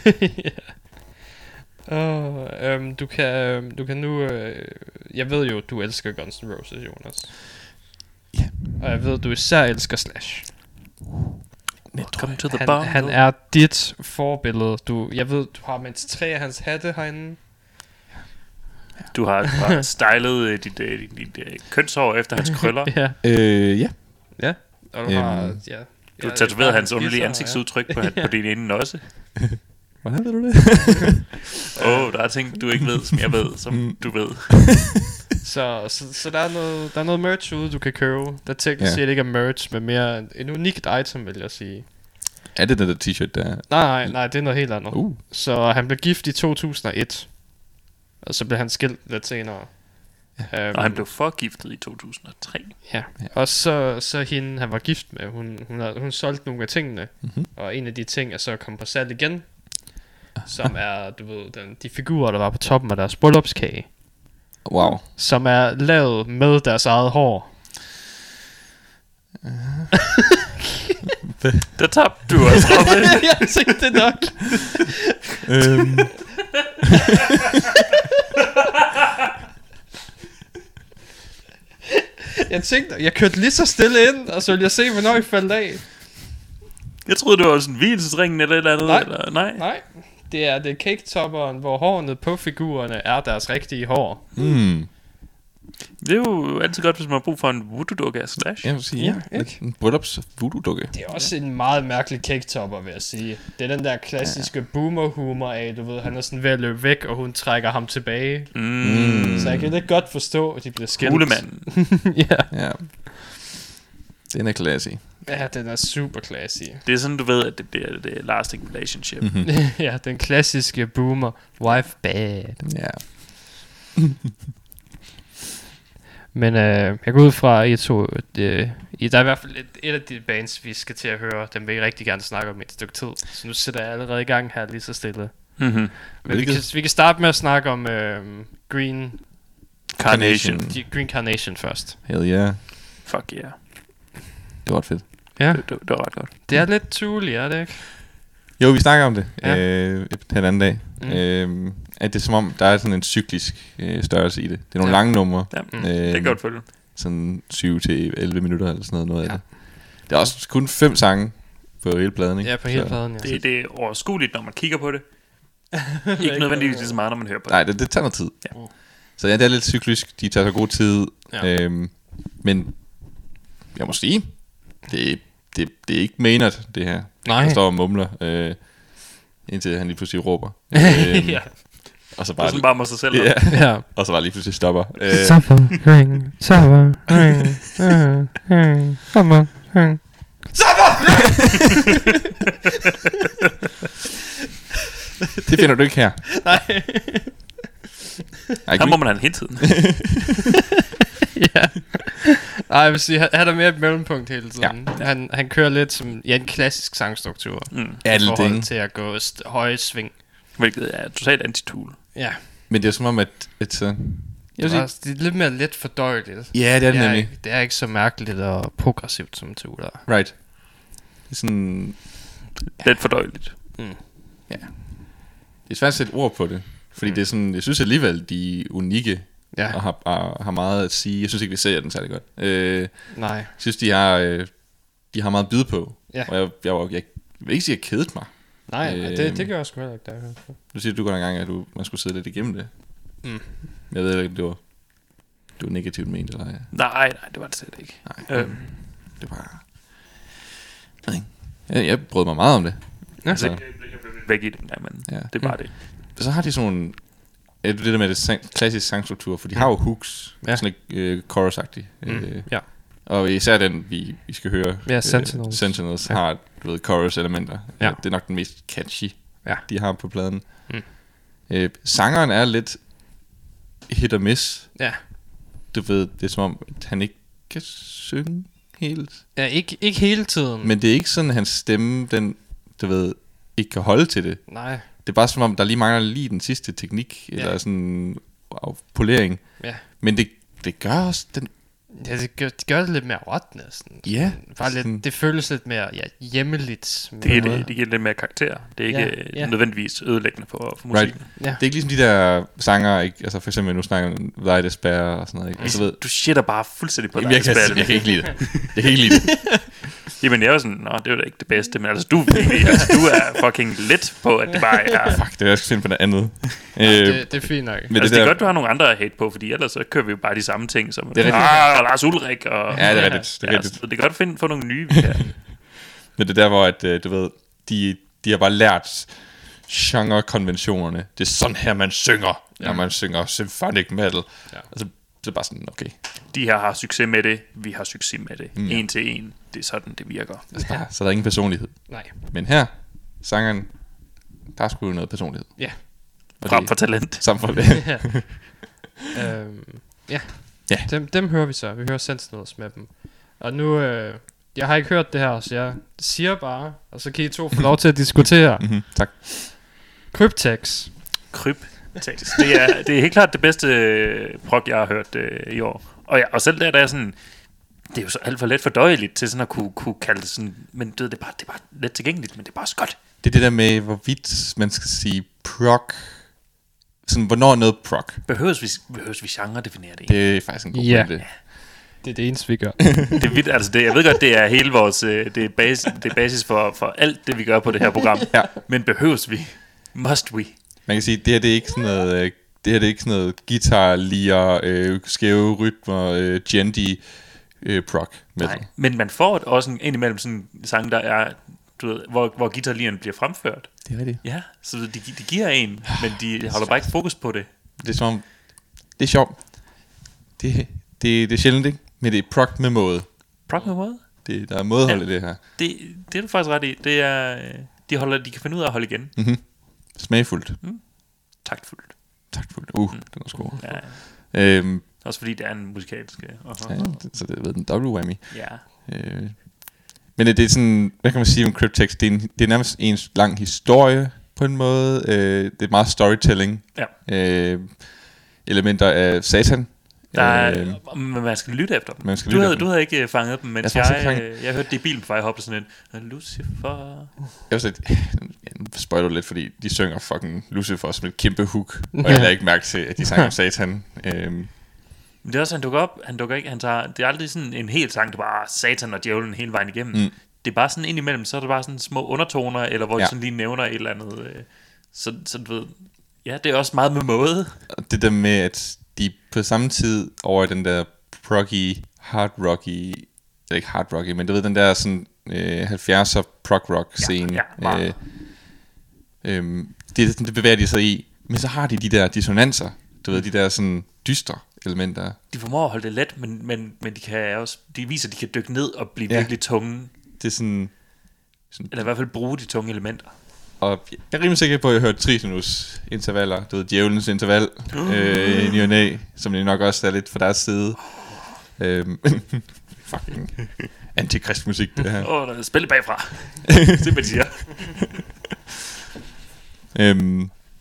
Du kan nu... jeg ved jo, du elsker Guns N' Roses, Jonas. Ja. Og jeg ved, du især elsker Slash. Come to the bar. Han er dit forbillede. Jeg ved, du har mindst 3 af hans hatte herinde. Du har stylet dit kønshår efter hans krøller. Ja. Ja. Og du har... Ja. Du har tatoveret hans underlige ansigtsudtryk på din ene også. Hvordan ved du det? Der er ting, du ikke ved, som jeg ved, som du ved. Så der er noget merch ude, du kan købe. Der teknisk set ikke er merch, men mere en unikt item, vil jeg sige. Er det den der t-shirt der? Nej, det er noget helt andet. Så han blev gift i 2001. Og så blev han skilt lidt senere. Og han blev forgiftet i 2003. Ja. Og så hende, han var gift med, hun solgte nogle af tingene. Og en af de ting er så kommet på salg igen. Som er, du ved, de figurer, der var på toppen af deres bryllupskage. Wow. Som er lavet med deres eget hår. Der tabte du også, Robin. Jeg tænkte det nok. Jeg tænkte, jeg kørte lige så stille ind, og så ville jeg se, hvornår jeg faldt af. Jeg troede, det var sådan vielsesringen eller et eller andet. Nej. Eller, Nej. Det er cake-topperen, hvor hårene på figurerne er deres rigtige hår. Det er jo altid godt, hvis man har brug for en voodoo-dukke af Slash. Jeg vil sige, en bryllups voodoo-dukke. Det er også en meget mærkelig cake-topper, vil jeg sige. Det er den der klassiske boomer-humor af, du ved, han er sådan ved at løbe væk, og hun trækker ham tilbage. Så jeg kan lidt godt forstå, at de bliver skilt. Hulemanden. Ja. Den er classy. Ja, den er super classy. Det er sådan, du ved, at det bliver det lasting relationship. Ja, den klassiske boomer. Wife bad. Ja. Men jeg går ud fra, at der er i hvert fald et af de bands, vi skal til at høre. Dem vil jeg rigtig gerne snakke om et stykke tid. Så nu sætter jeg allerede i gang her lige så stille. Men vi kan starte med at snakke om Green Carnation. Green Carnation først. Hell yeah. Fuck yeah. Det var ret fedt. Ja. Det var ret godt. Det er lidt Tool, er det ikke? Jo, vi snakker om det den anden dag. At det er som om, der er sådan en cyklisk størrelse i det. Det er nogle lange numre. Ja, det kan godt følge. Sådan 7-11 minutter eller sådan noget af det. Det er også kun 5 sange på hele pladen, ikke? Ja, på hele pladen, ja. Det er overskueligt, når man kigger på det. Ikke nødvendigvis lige så meget, når man hører på det. Nej, det tager noget tid. Ja. Så ja, det er lidt cyklisk. De tager så god tid. Ja. Men jeg må sige, det er ikke Maynard, det her. Nej. Der står og mumler, indtil han lige pludselig råber. Ja. Og så bare, sådan bare med sig selv. Ja. Og så bare lige pludselig stopper. Suffering. Det finder du ikke her. Nej. Her må man have en hele tiden. Ja. Nej, jeg vil sige, han er mere et mellempunkt hele tiden. Ja. Han kører lidt som en klassisk sangstruktur. Ja, i forhold til at gå høje sving. Hvilket er totalt anti-Tool. Ja. Men det er som om, at så... Det er lidt mere let fordøjeligt. Ja, det er det nemlig. Det er ikke så mærkeligt og progressivt som Tool er. Right. Det er sådan... Let fordøjeligt. Ja. Det er svært at sætte ord på det. Fordi det er sådan... Jeg synes alligevel, de er unikke. Ja. Og har meget at sige. Jeg synes ikke, vi ser den særlig godt. Nej. Jeg synes, de har meget at byde på. Ja. Og jeg vil ikke sige, at jeg kedede mig. Nej, det gør jeg sgu heller ikke. Du siger, du går en gang, at man skulle sidde lidt igennem det. Jeg ved ikke, det var negativt ment, eller ej. Nej, det var det slet ikke. Det var... Jeg brød mig meget om det. Ja. Altså, jeg blev væk i det, men det var det. Så har de sådan nogle... Det der med det klassiske sangstruktur, for de har jo hooks, sådan lidt chorus-agtigt. Ja. Og især den, vi skal høre, Sentinels har, du ved, chorus-elementer. Ja. Det er nok den mest catchy, ja. De har på pladen. Sangeren er lidt hit og miss. Ja. Du ved, det er som om, at han ikke kan synge helt. Ja, ikke hele tiden. Men det er ikke sådan, at hans stemme, den, du ved, ikke kan holde til det. Nej. Det er bare som om, der lige mangler lige den sidste teknik, eller sådan polering. Ja. Men det gør også den... Ja, det gør det lidt mere råt næsten. Ja. Bare lidt, det føles lidt mere hjemmeligt. Det giver lidt mere karakter. Det er ikke nødvendigvis ødelæggende for musikken. Right. Ja. Det er ikke ligesom de der sanger, ikke? Altså for eksempel nu snakker om Light Despair og sådan noget, ikke? Altså, du shitter bare fuldstændig på Light Despair. Jeg kan ikke lide det. Jamen jeg er jo sådan, det er jo da ikke det bedste, men altså du er fucking lidt på, at det bare er... Fuck, det er jeg skal finde på noget andet. Det er fint nok. Men det er godt, du har nogle andre at hate på, fordi ellers så kører vi jo bare de samme ting, som Lars Ulrik og... Ja, det er rigtigt. Det er godt at få nogle nye, vi kan. Men det er der, hvor at, du ved, de har bare lært genre-konventionerne. Det er sådan her, man synger, når man synger symphonic metal. Ja. Altså, det er bare sådan, okay. De her har succes med det, vi har succes med det. En til en. Det er sådan, det virker. Ja. Så der er ingen personlighed. Nej. Men her, sangeren, der er sgu noget personlighed. Ja. Frem for talent. Ja. Dem hører vi så. Vi hører Sentinels med dem. Og nu, jeg har ikke hørt det her, så jeg siger bare, og så kan I to få lov til at diskutere. Tak. Cryptex. Det er helt klart det bedste prog, jeg har hørt i år. Og selv der er sådan, det er jo så alt for let fordøjeligt til sådan at kunne kalde det sådan, men det er bare let tilgængeligt, men det er bare også godt. Det er det der med, hvorvidt man skal sige prog, sådan hvornår er noget prog. Behøves vi genre definere det? Det er faktisk en god pointe. Det er det eneste, vi gør. Det er vildt, altså jeg ved godt, det er hele vores, det er basis for alt det, vi gør på det her program. Ja. Men behøves vi? Must we? Man kan sige, det her det er ikke sådan noget, guitar, lier, skæve rytmer, gendy prog metal. Nej, men man får også en indimellem sådan en sang, der er, du ved, hvor guitarlieren bliver fremført. Det er rigtigt. Ja, så de giver en, men de holder bare ikke fokus på det. Det er som, det er sjovt. Det er sjældent, ikke? Men det er prog med måde. Prog med måde? Der er mådehold i det her. Det er du faktisk ret i. Det er, de kan finde ud af at holde igen. Smagfuldt. Taktfuldt. Den er sgu. Ja. Også fordi det er en musikalsk. Så det er en double whammy. Ja. Men det er sådan, hvad kan man sige om Cryptex? Det er nærmest en lang historie på en måde. Det er meget storytelling. Ja. Elementer af Satan. Men man skal lytte efter dem. Du havde ikke fanget dem, mens jeg hørte det i bilen på vej op sådan en Lucifer. Jeg spoiler lidt, fordi de synger fucking Lucifer som et kæmpe hook, og jeg lader ikke mærke til, at de sanger om Satan. Men det er også, han dukker ikke, det er aldrig sådan en hel sang, det er bare Satan og djævlen hele vejen igennem. Det er bare sådan indimellem, så er det bare sådan små undertoner, eller hvor de sådan lige nævner et eller andet. Så du ved, ja, det er også meget med måde. Det der med, at de på samme tid over i den der proggy, hard rocky, eller ikke hard rocky, men du ved, den der sådan 70'er prog rock scene. Det bevæger de sig i. Men så har de der dissonanser, du ved, de der sådan dystre elementer. De formår at holde det let, men de kan også, de viser, at de kan dykke ned og blive virkelig tunge. Det er sådan, eller i hvert fald bruge de tunge elementer. Og jeg er rimelig sikker på, at jeg har hørt Tritonus intervaller, du ved, djævelens interval i ny og næ, som det nok også er lidt fra deres side. Fucking antikristmusik, det her. Der er spil bagfra. Det er, hvad de siger.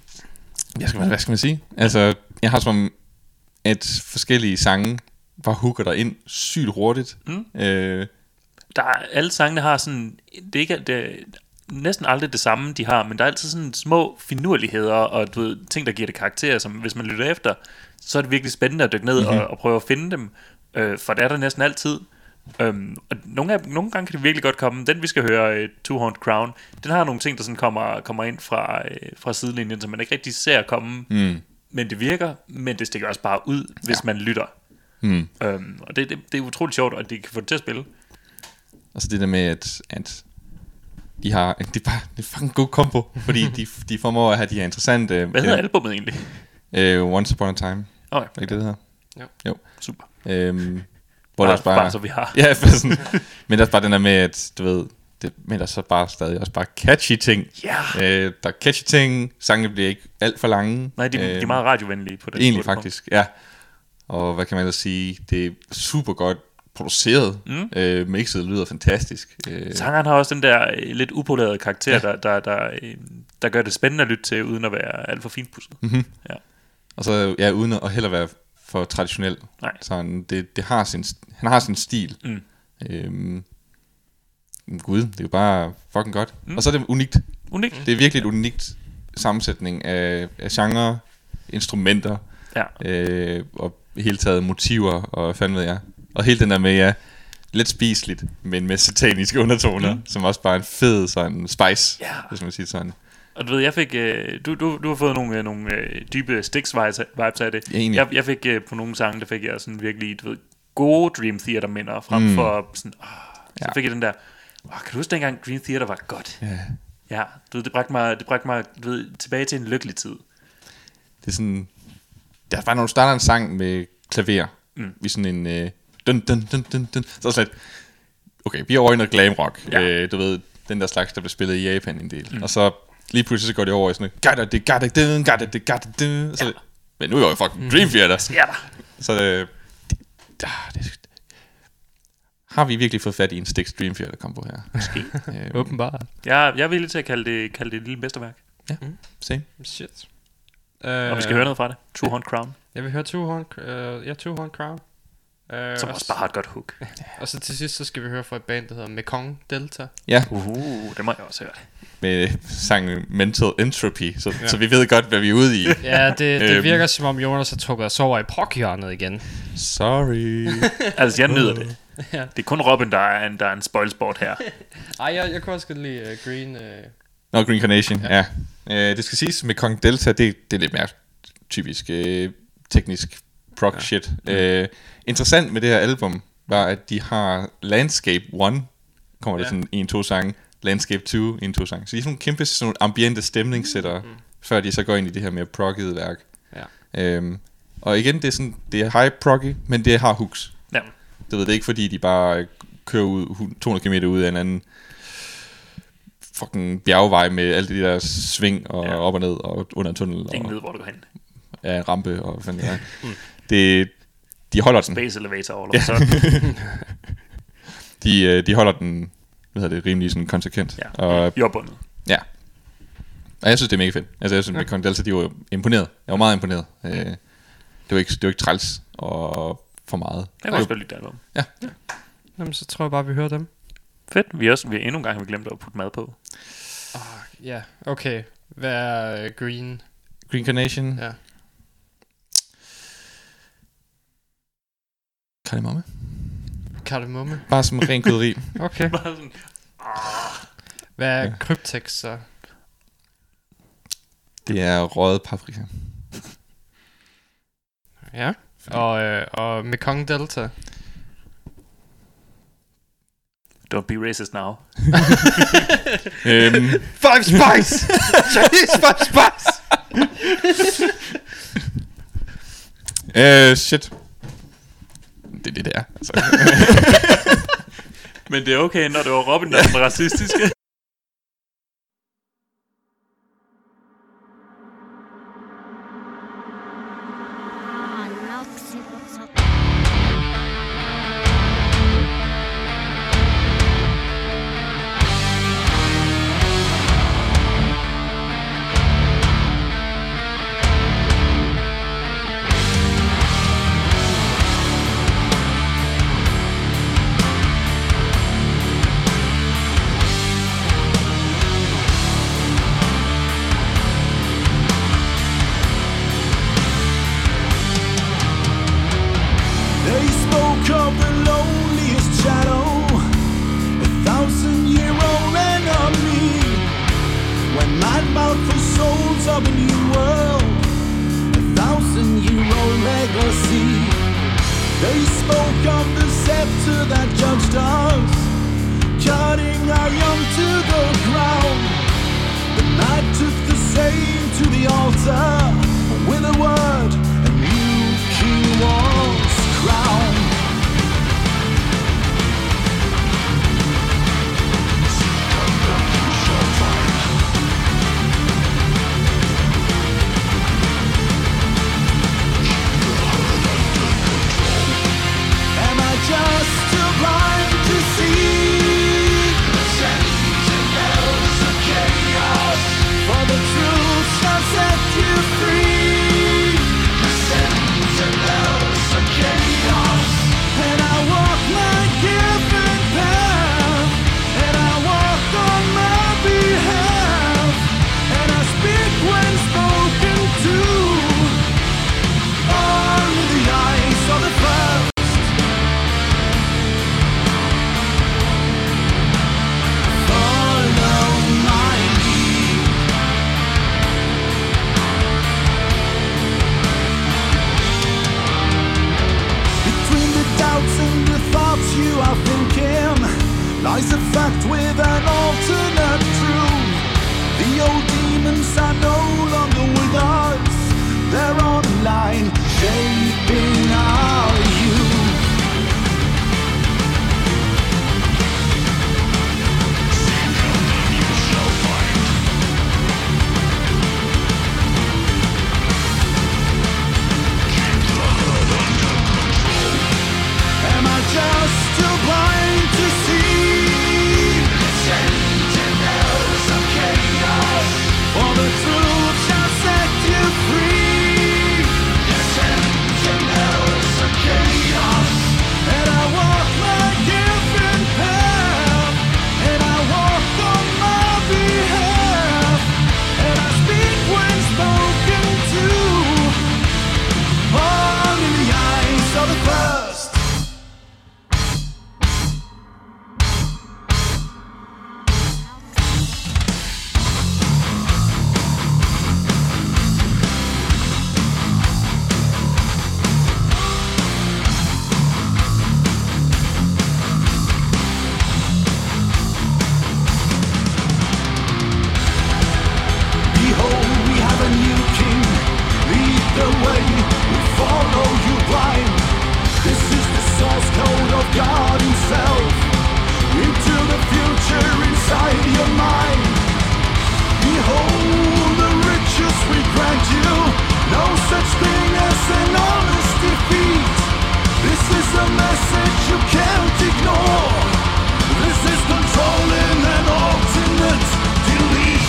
Hvad skal man sige? Altså, jeg har som at forskellige sange bare hooker dig ind sygt hurtigt. Der er, alle sangene har sådan, det er næsten aldrig det samme, de har, men der er altid sådan små finurligheder og du ved, ting, der giver det karakter, som hvis man lytter efter, så er det virkelig spændende at dykke ned og prøve at finde dem, for det er der næsten altid. Og nogle gange kan det virkelig godt komme. Den vi skal høre, Two Horned Crown, den har nogle ting, der sådan kommer ind fra sidelinjen, som man ikke rigtig ser komme, men det virker, men det stikker også bare ud, hvis man lytter. Og det er utroligt sjovt, og det kan få det til at spille. Altså det der med at det er fucking god kombo, fordi de formår at have de her interessante. Hvad hedder albummet egentlig? Once Upon a Time. Okay. Er ikke det hedder? Jo. Super. Hvor der også bare så vi har. Ja, sådan, men der er bare den der med at du ved, men der er så bare stadig også bare catchy ting. Der er catchy ting. Sangene bliver ikke alt for lange. Nej, de er meget radiovenlige på den. Egentlig faktisk, ja. Og hvad kan man ellers sige? Det er super godt produceret. Mixet lyder fantastisk. Sangeren har også den der lidt upolerede karakter, der gør det spændende at lytte til, uden at være alt for finpudset. Ja. Og så uden at heller være for traditionel. Nej. Sådan, han har sin stil. Gud, det er jo bare fucking godt. Og så er det unikt. Det er virkelig et unikt sammensætning af genre, instrumenter, og hele taget motiver, og hvad fanden ved jeg. Og hele den der med, lidt spiseligt, men med sataniske undertoner, som også bare er en fed sådan spice, hvis man siger sådan. Og du ved, jeg fik, du har fået nogle dybe Styx-vibes af det. Jeg fik på nogle sange, der fik jeg sådan virkelig, du ved, gode Dream Theater-minder, frem for sådan, så fik jeg den der, kan du huske dengang Dream Theater var godt? Ja, du ved, det bragte mig du ved, tilbage til en lykkelig tid. Det er sådan, der er bare, når du starter en sang med klaver, i sådan en, dun, dun, dun, dun, dun, så er det sådan lidt, okay, vi er over i noget glam rock, du ved, den der slags, der blev spillet i Japan en del, og så lige pludselig så går det over i sådan noget, så men nu er jeg jo fucking Dream Theater. Så har vi virkelig fået fat i en Styx Dream Theater kombo her? Måske. Åbenbart. Jeg er villig til at kalde det et lille mesterværk. Ja, same. Shit. Og vi skal høre noget fra det. Two Horned Crown. Jeg vil høre Two Horned Crown. Som også bare har et godt hook. Og så til sidst så skal vi høre fra et band, der hedder Mekong Delta. Ja. Det må jeg også høre. Med sangen Mental Entropy, så vi ved godt, hvad vi er ude i. Ja, det virker som om Jonas har trukket os over i prog-hjørnet igen. Sorry. Altså, jeg nyder det. Det er kun Robin, der er en spoilsport her. Ej, jeg kunne også godt lide Green. Green Carnation, ja. Det skal siges, med Kong Delta, det er lidt mere typisk teknisk prog shit. Interessant med det her album var, at de har Landscape 1, kommer der sådan 1-2 sange, Landscape 2, 1-2 sange. Så de er sådan nogle kæmpe sådan nogle ambiente stemningssættere, før de så går ind i det her mere proggede værk. Og igen, det er high proggy, men det har hooks. Ja. Det ved det ikke, fordi de bare kører ud 200 km ud af en anden fucking bjergvej med alle de der sving og op og ned og under en tunnel. Ingen ved, hvor du går hen. Ja, rampe og hvad fanden det er. De holder den. Space elevator eller sådan. de holder den, hvad hedder det, rimelig sådan konsekvent. Ja, og jordbundet. Ja. Og jeg synes, det er mega fedt. Altså, jeg synes, med Kong Delta, de var imponeret. Jeg var meget imponeret. Det var ikke træls og for meget. Jeg var også lidt det album. Ja. Jamen, så tror jeg bare, vi hører dem. Fedt. Vi har endnu en gang glemt at putte mad på. Ja, okay. Hvad er Green? Green Carnation? Ja. Kardemomme? Bare som ren krydderi. Okay. Hvad er Kryptex så? Det er røget paprika. Ja. Og Mekong Delta. Don't be racist now. Five Spice! Chinese Five Spice! Shit. Det er det der. Altså. Men det er okay, når det var Robin, der var racistiske. of a new world, 1,000-year-old legacy. They spoke of the scepter that judged us, cutting our young to the ground. The night took the same to the altar. With a word, a new king was crowned. Am I just too blind to see the sentinels of chaos? For the truth shall set you free. The sentinels of chaos. And I walk my given path, and I walk on my behalf, and I speak when spoken to. On the eyes of the first. Follow my lead. Between the doubts and the thoughts you are thinking lies a fact with an alternate truth. The old demons are no longer with us. They're online, shaping our youth. Am I just too blind to see the sentinels of chaos? For the truth shall set you free. The sentinels of chaos. And I walk my given path, and I walk on my behalf, and I speak when spoken to. All in the eyes of the first. Behold, we have a new king. Lead the way, we follow you blind. This is the source code of God himself. Into the future inside your mind. Behold, the riches we grant you. No such thing as an honest defeat. This is a message you can't ignore. This is controlling an alternate delete.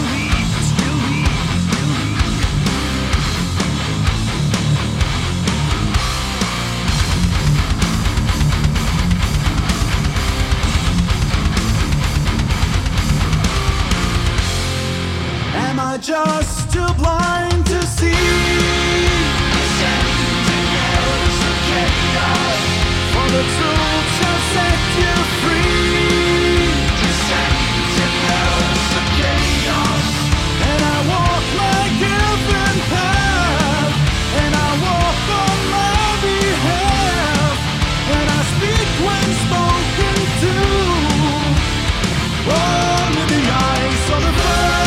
Am I just too blind to see the sentinels of chaos? For the truth shall set you free. The sentinels of chaos. And I walk my given path, and I walk on my behalf, and I speak when spoken to. All in the eyes of the first.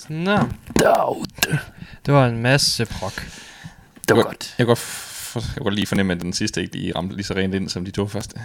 Nå. Det var en masse prok. Det var godt. Jeg kan godt lige fornemme, at den sidste ikke lige ramte lige så rent ind, som de to første.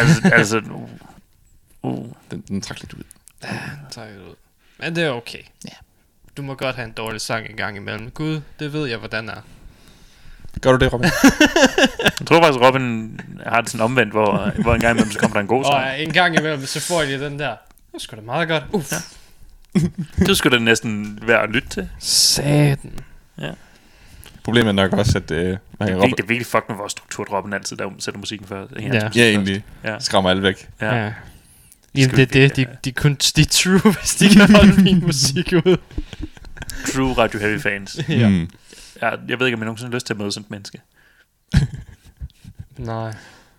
Den trak lidt ud. Ja, den trak lidt ud. Men det er okay. Ja. Du må godt have en dårlig sang en gang imellem. Gud, det ved jeg, hvordan er. Gør du det, Robin? Jeg tror faktisk, Robin har det sådan omvendt, hvor en gang imellem, så kommer der en god sang. Og en gang imellem, så får jeg lige den der. Det skulle da meget godt. Ja. Det skulle da næsten være at lytte til. Satan. Ja. Problemet er nok også, at... Det er virkelig fuck med vores struktur, at Robin altid der sætter musikken før. Ja, egentlig. Ja. Skræmmer alle væk. Ja. Jamen, det er de kun de true, hvis de kan holde min musik ud. True Radio Heavy fans. Ja. Jeg ved ikke, om jeg nogensinde har lyst til at møde sådan et menneske. Nej.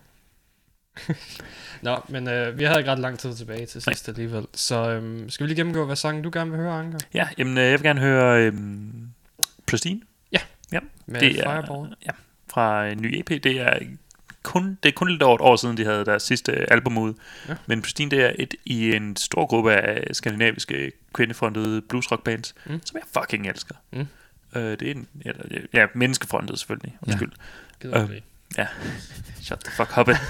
Nå, men vi havde ikke ret lang tid tilbage til sidst alligevel. Så skal vi lige gennemgå, hvad sangen du gerne vil høre, Anker? Ja, jamen, jeg vil gerne høre Pristine. Ja. Med det Fireball. Ja, fra en ny EP. Det er kun lidt over et år siden, de havde deres sidste album ud. Ja. Men Pristine, det er i en stor gruppe af skandinaviske kvindefrontede bluesrockbands, som jeg fucking elsker. Det er menneskefrontet selvfølgelig. Undskyld. Ja. Shut the fuck up it.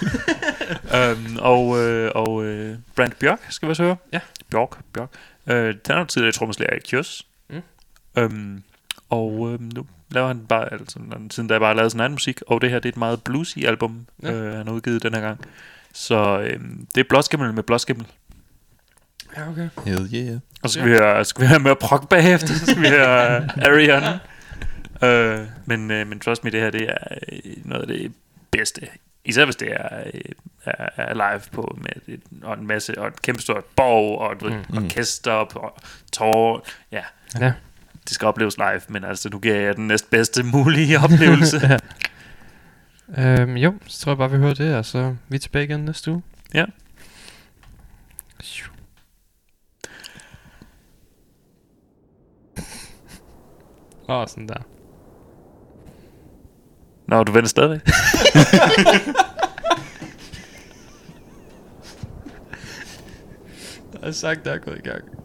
og Brand Bjørk skal vi også høre. Ja. Bjørk. Den er jo tidligere trommeslager i Kjøs. Nu laver han bare, siden da jeg bare lavet sådan anden musik, og det her, det er et meget bluesy album, han har udgivet den her gang. Så det er Blåskimmel med Blåskimmel. Ja, okay. Hell yeah. Og så skal vi høre mere prog bagefter, så skal vi høre Ariana. Men trust me, det her, det er noget af det bedste. Især hvis det er live på med en masse, og et kæmpestort borg, og et orkester, og tårer. Ja. Det skal opleves live, men altså, nu giver jeg den næstbedste mulige oplevelse. Jo, så tror jeg bare, vi hører det, og så vi er tilbage igen næste uge. Ja. Sådan der. Nå, du venter stadigvæk. Jeg har sagt, der er gået i gang.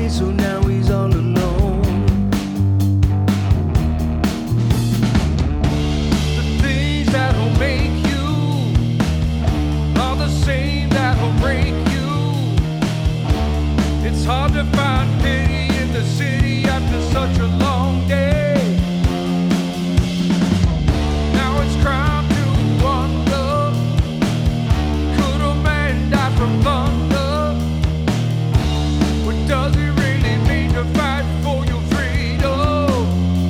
so now he's all alone. The things that'll make you are the same that'll break you. It's hard to find pity in the city after such a long day. Now it's crime to wonder, could a man die from thunder? What does it really mean to fight for your freedom?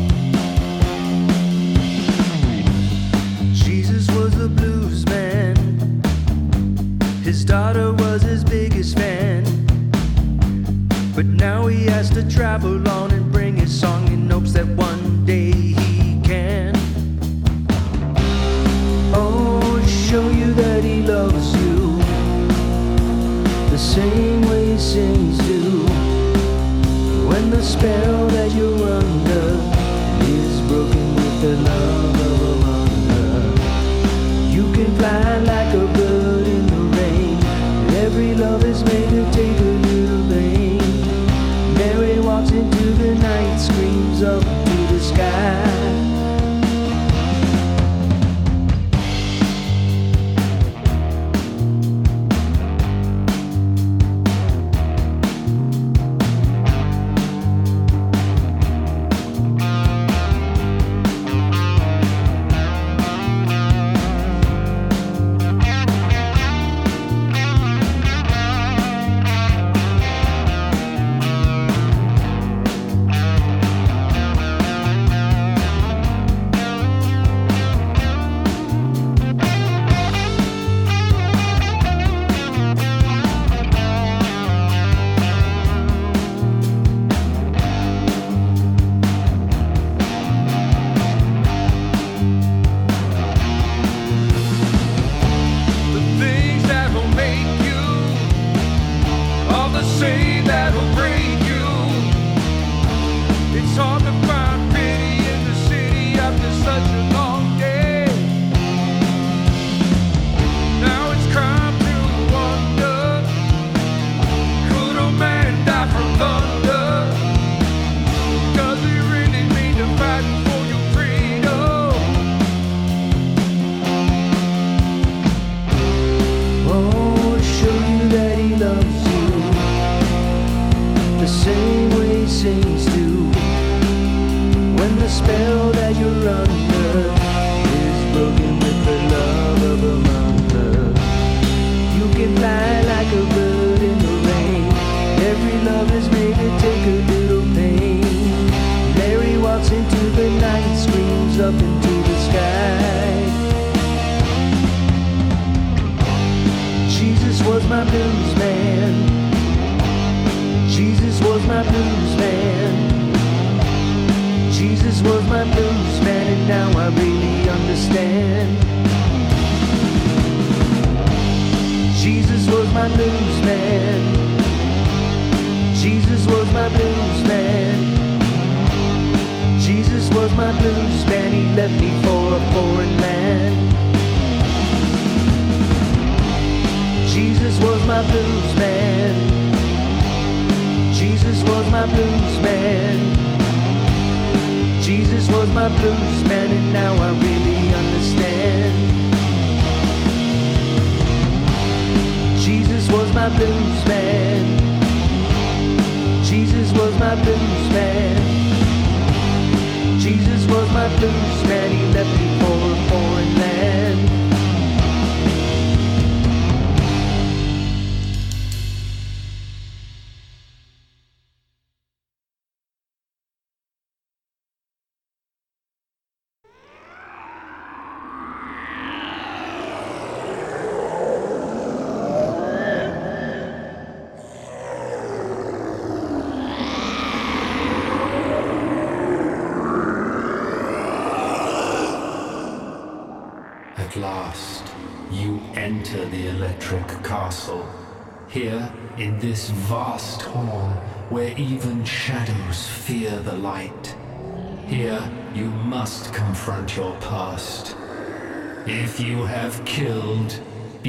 Jesus was the blues man. His daughter was his biggest fan. But now he has to travel on and bring his song in hopes that one day he can. Oh, show you that he loves you the same way he sings to. When the spell that you're under is broken with the love of a wonder, you can fly like a bird in the rain. Every love is made to take a little pain. Mary walks into the night, screams up to the sky. At last, you enter the electric castle. Here, in this vast hall, where even shadows fear the light. Here, you must confront your past. If you have killed,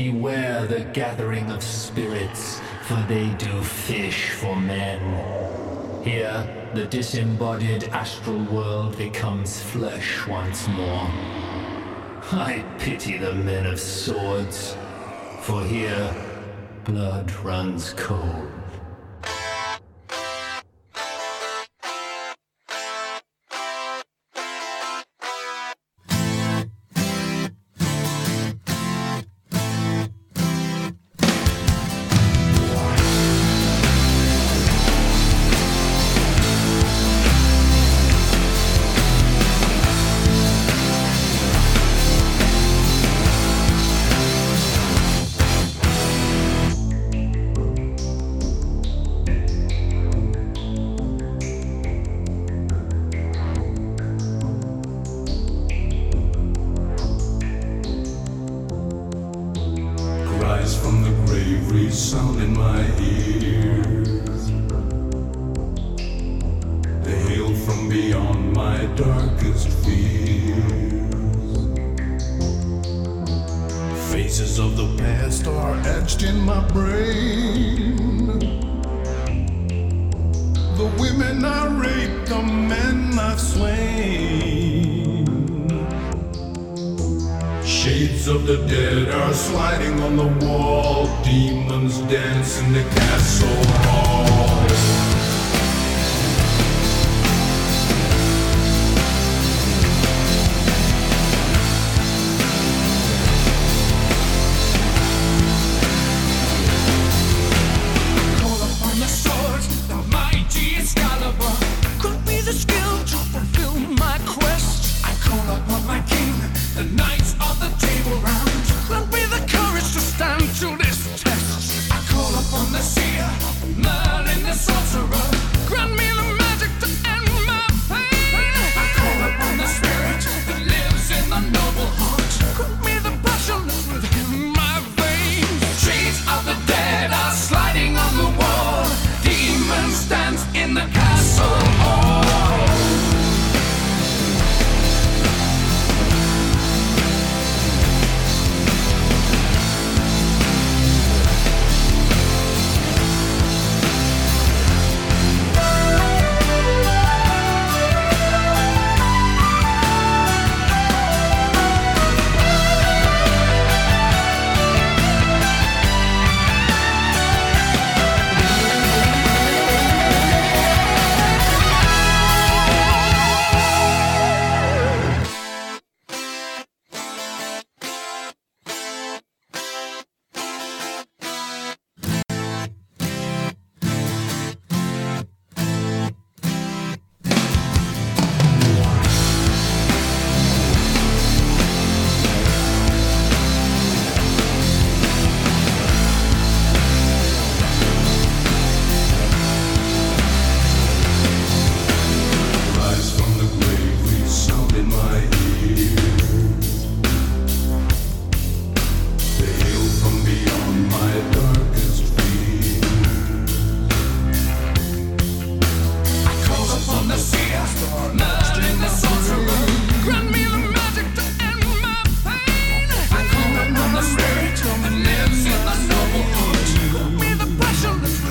beware the gathering of spirits, for they do fish for men. Here, the disembodied astral world becomes flesh once more. I pity the men of swords, for here, blood runs cold.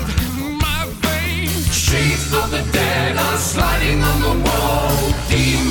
Sliding on the wall, demons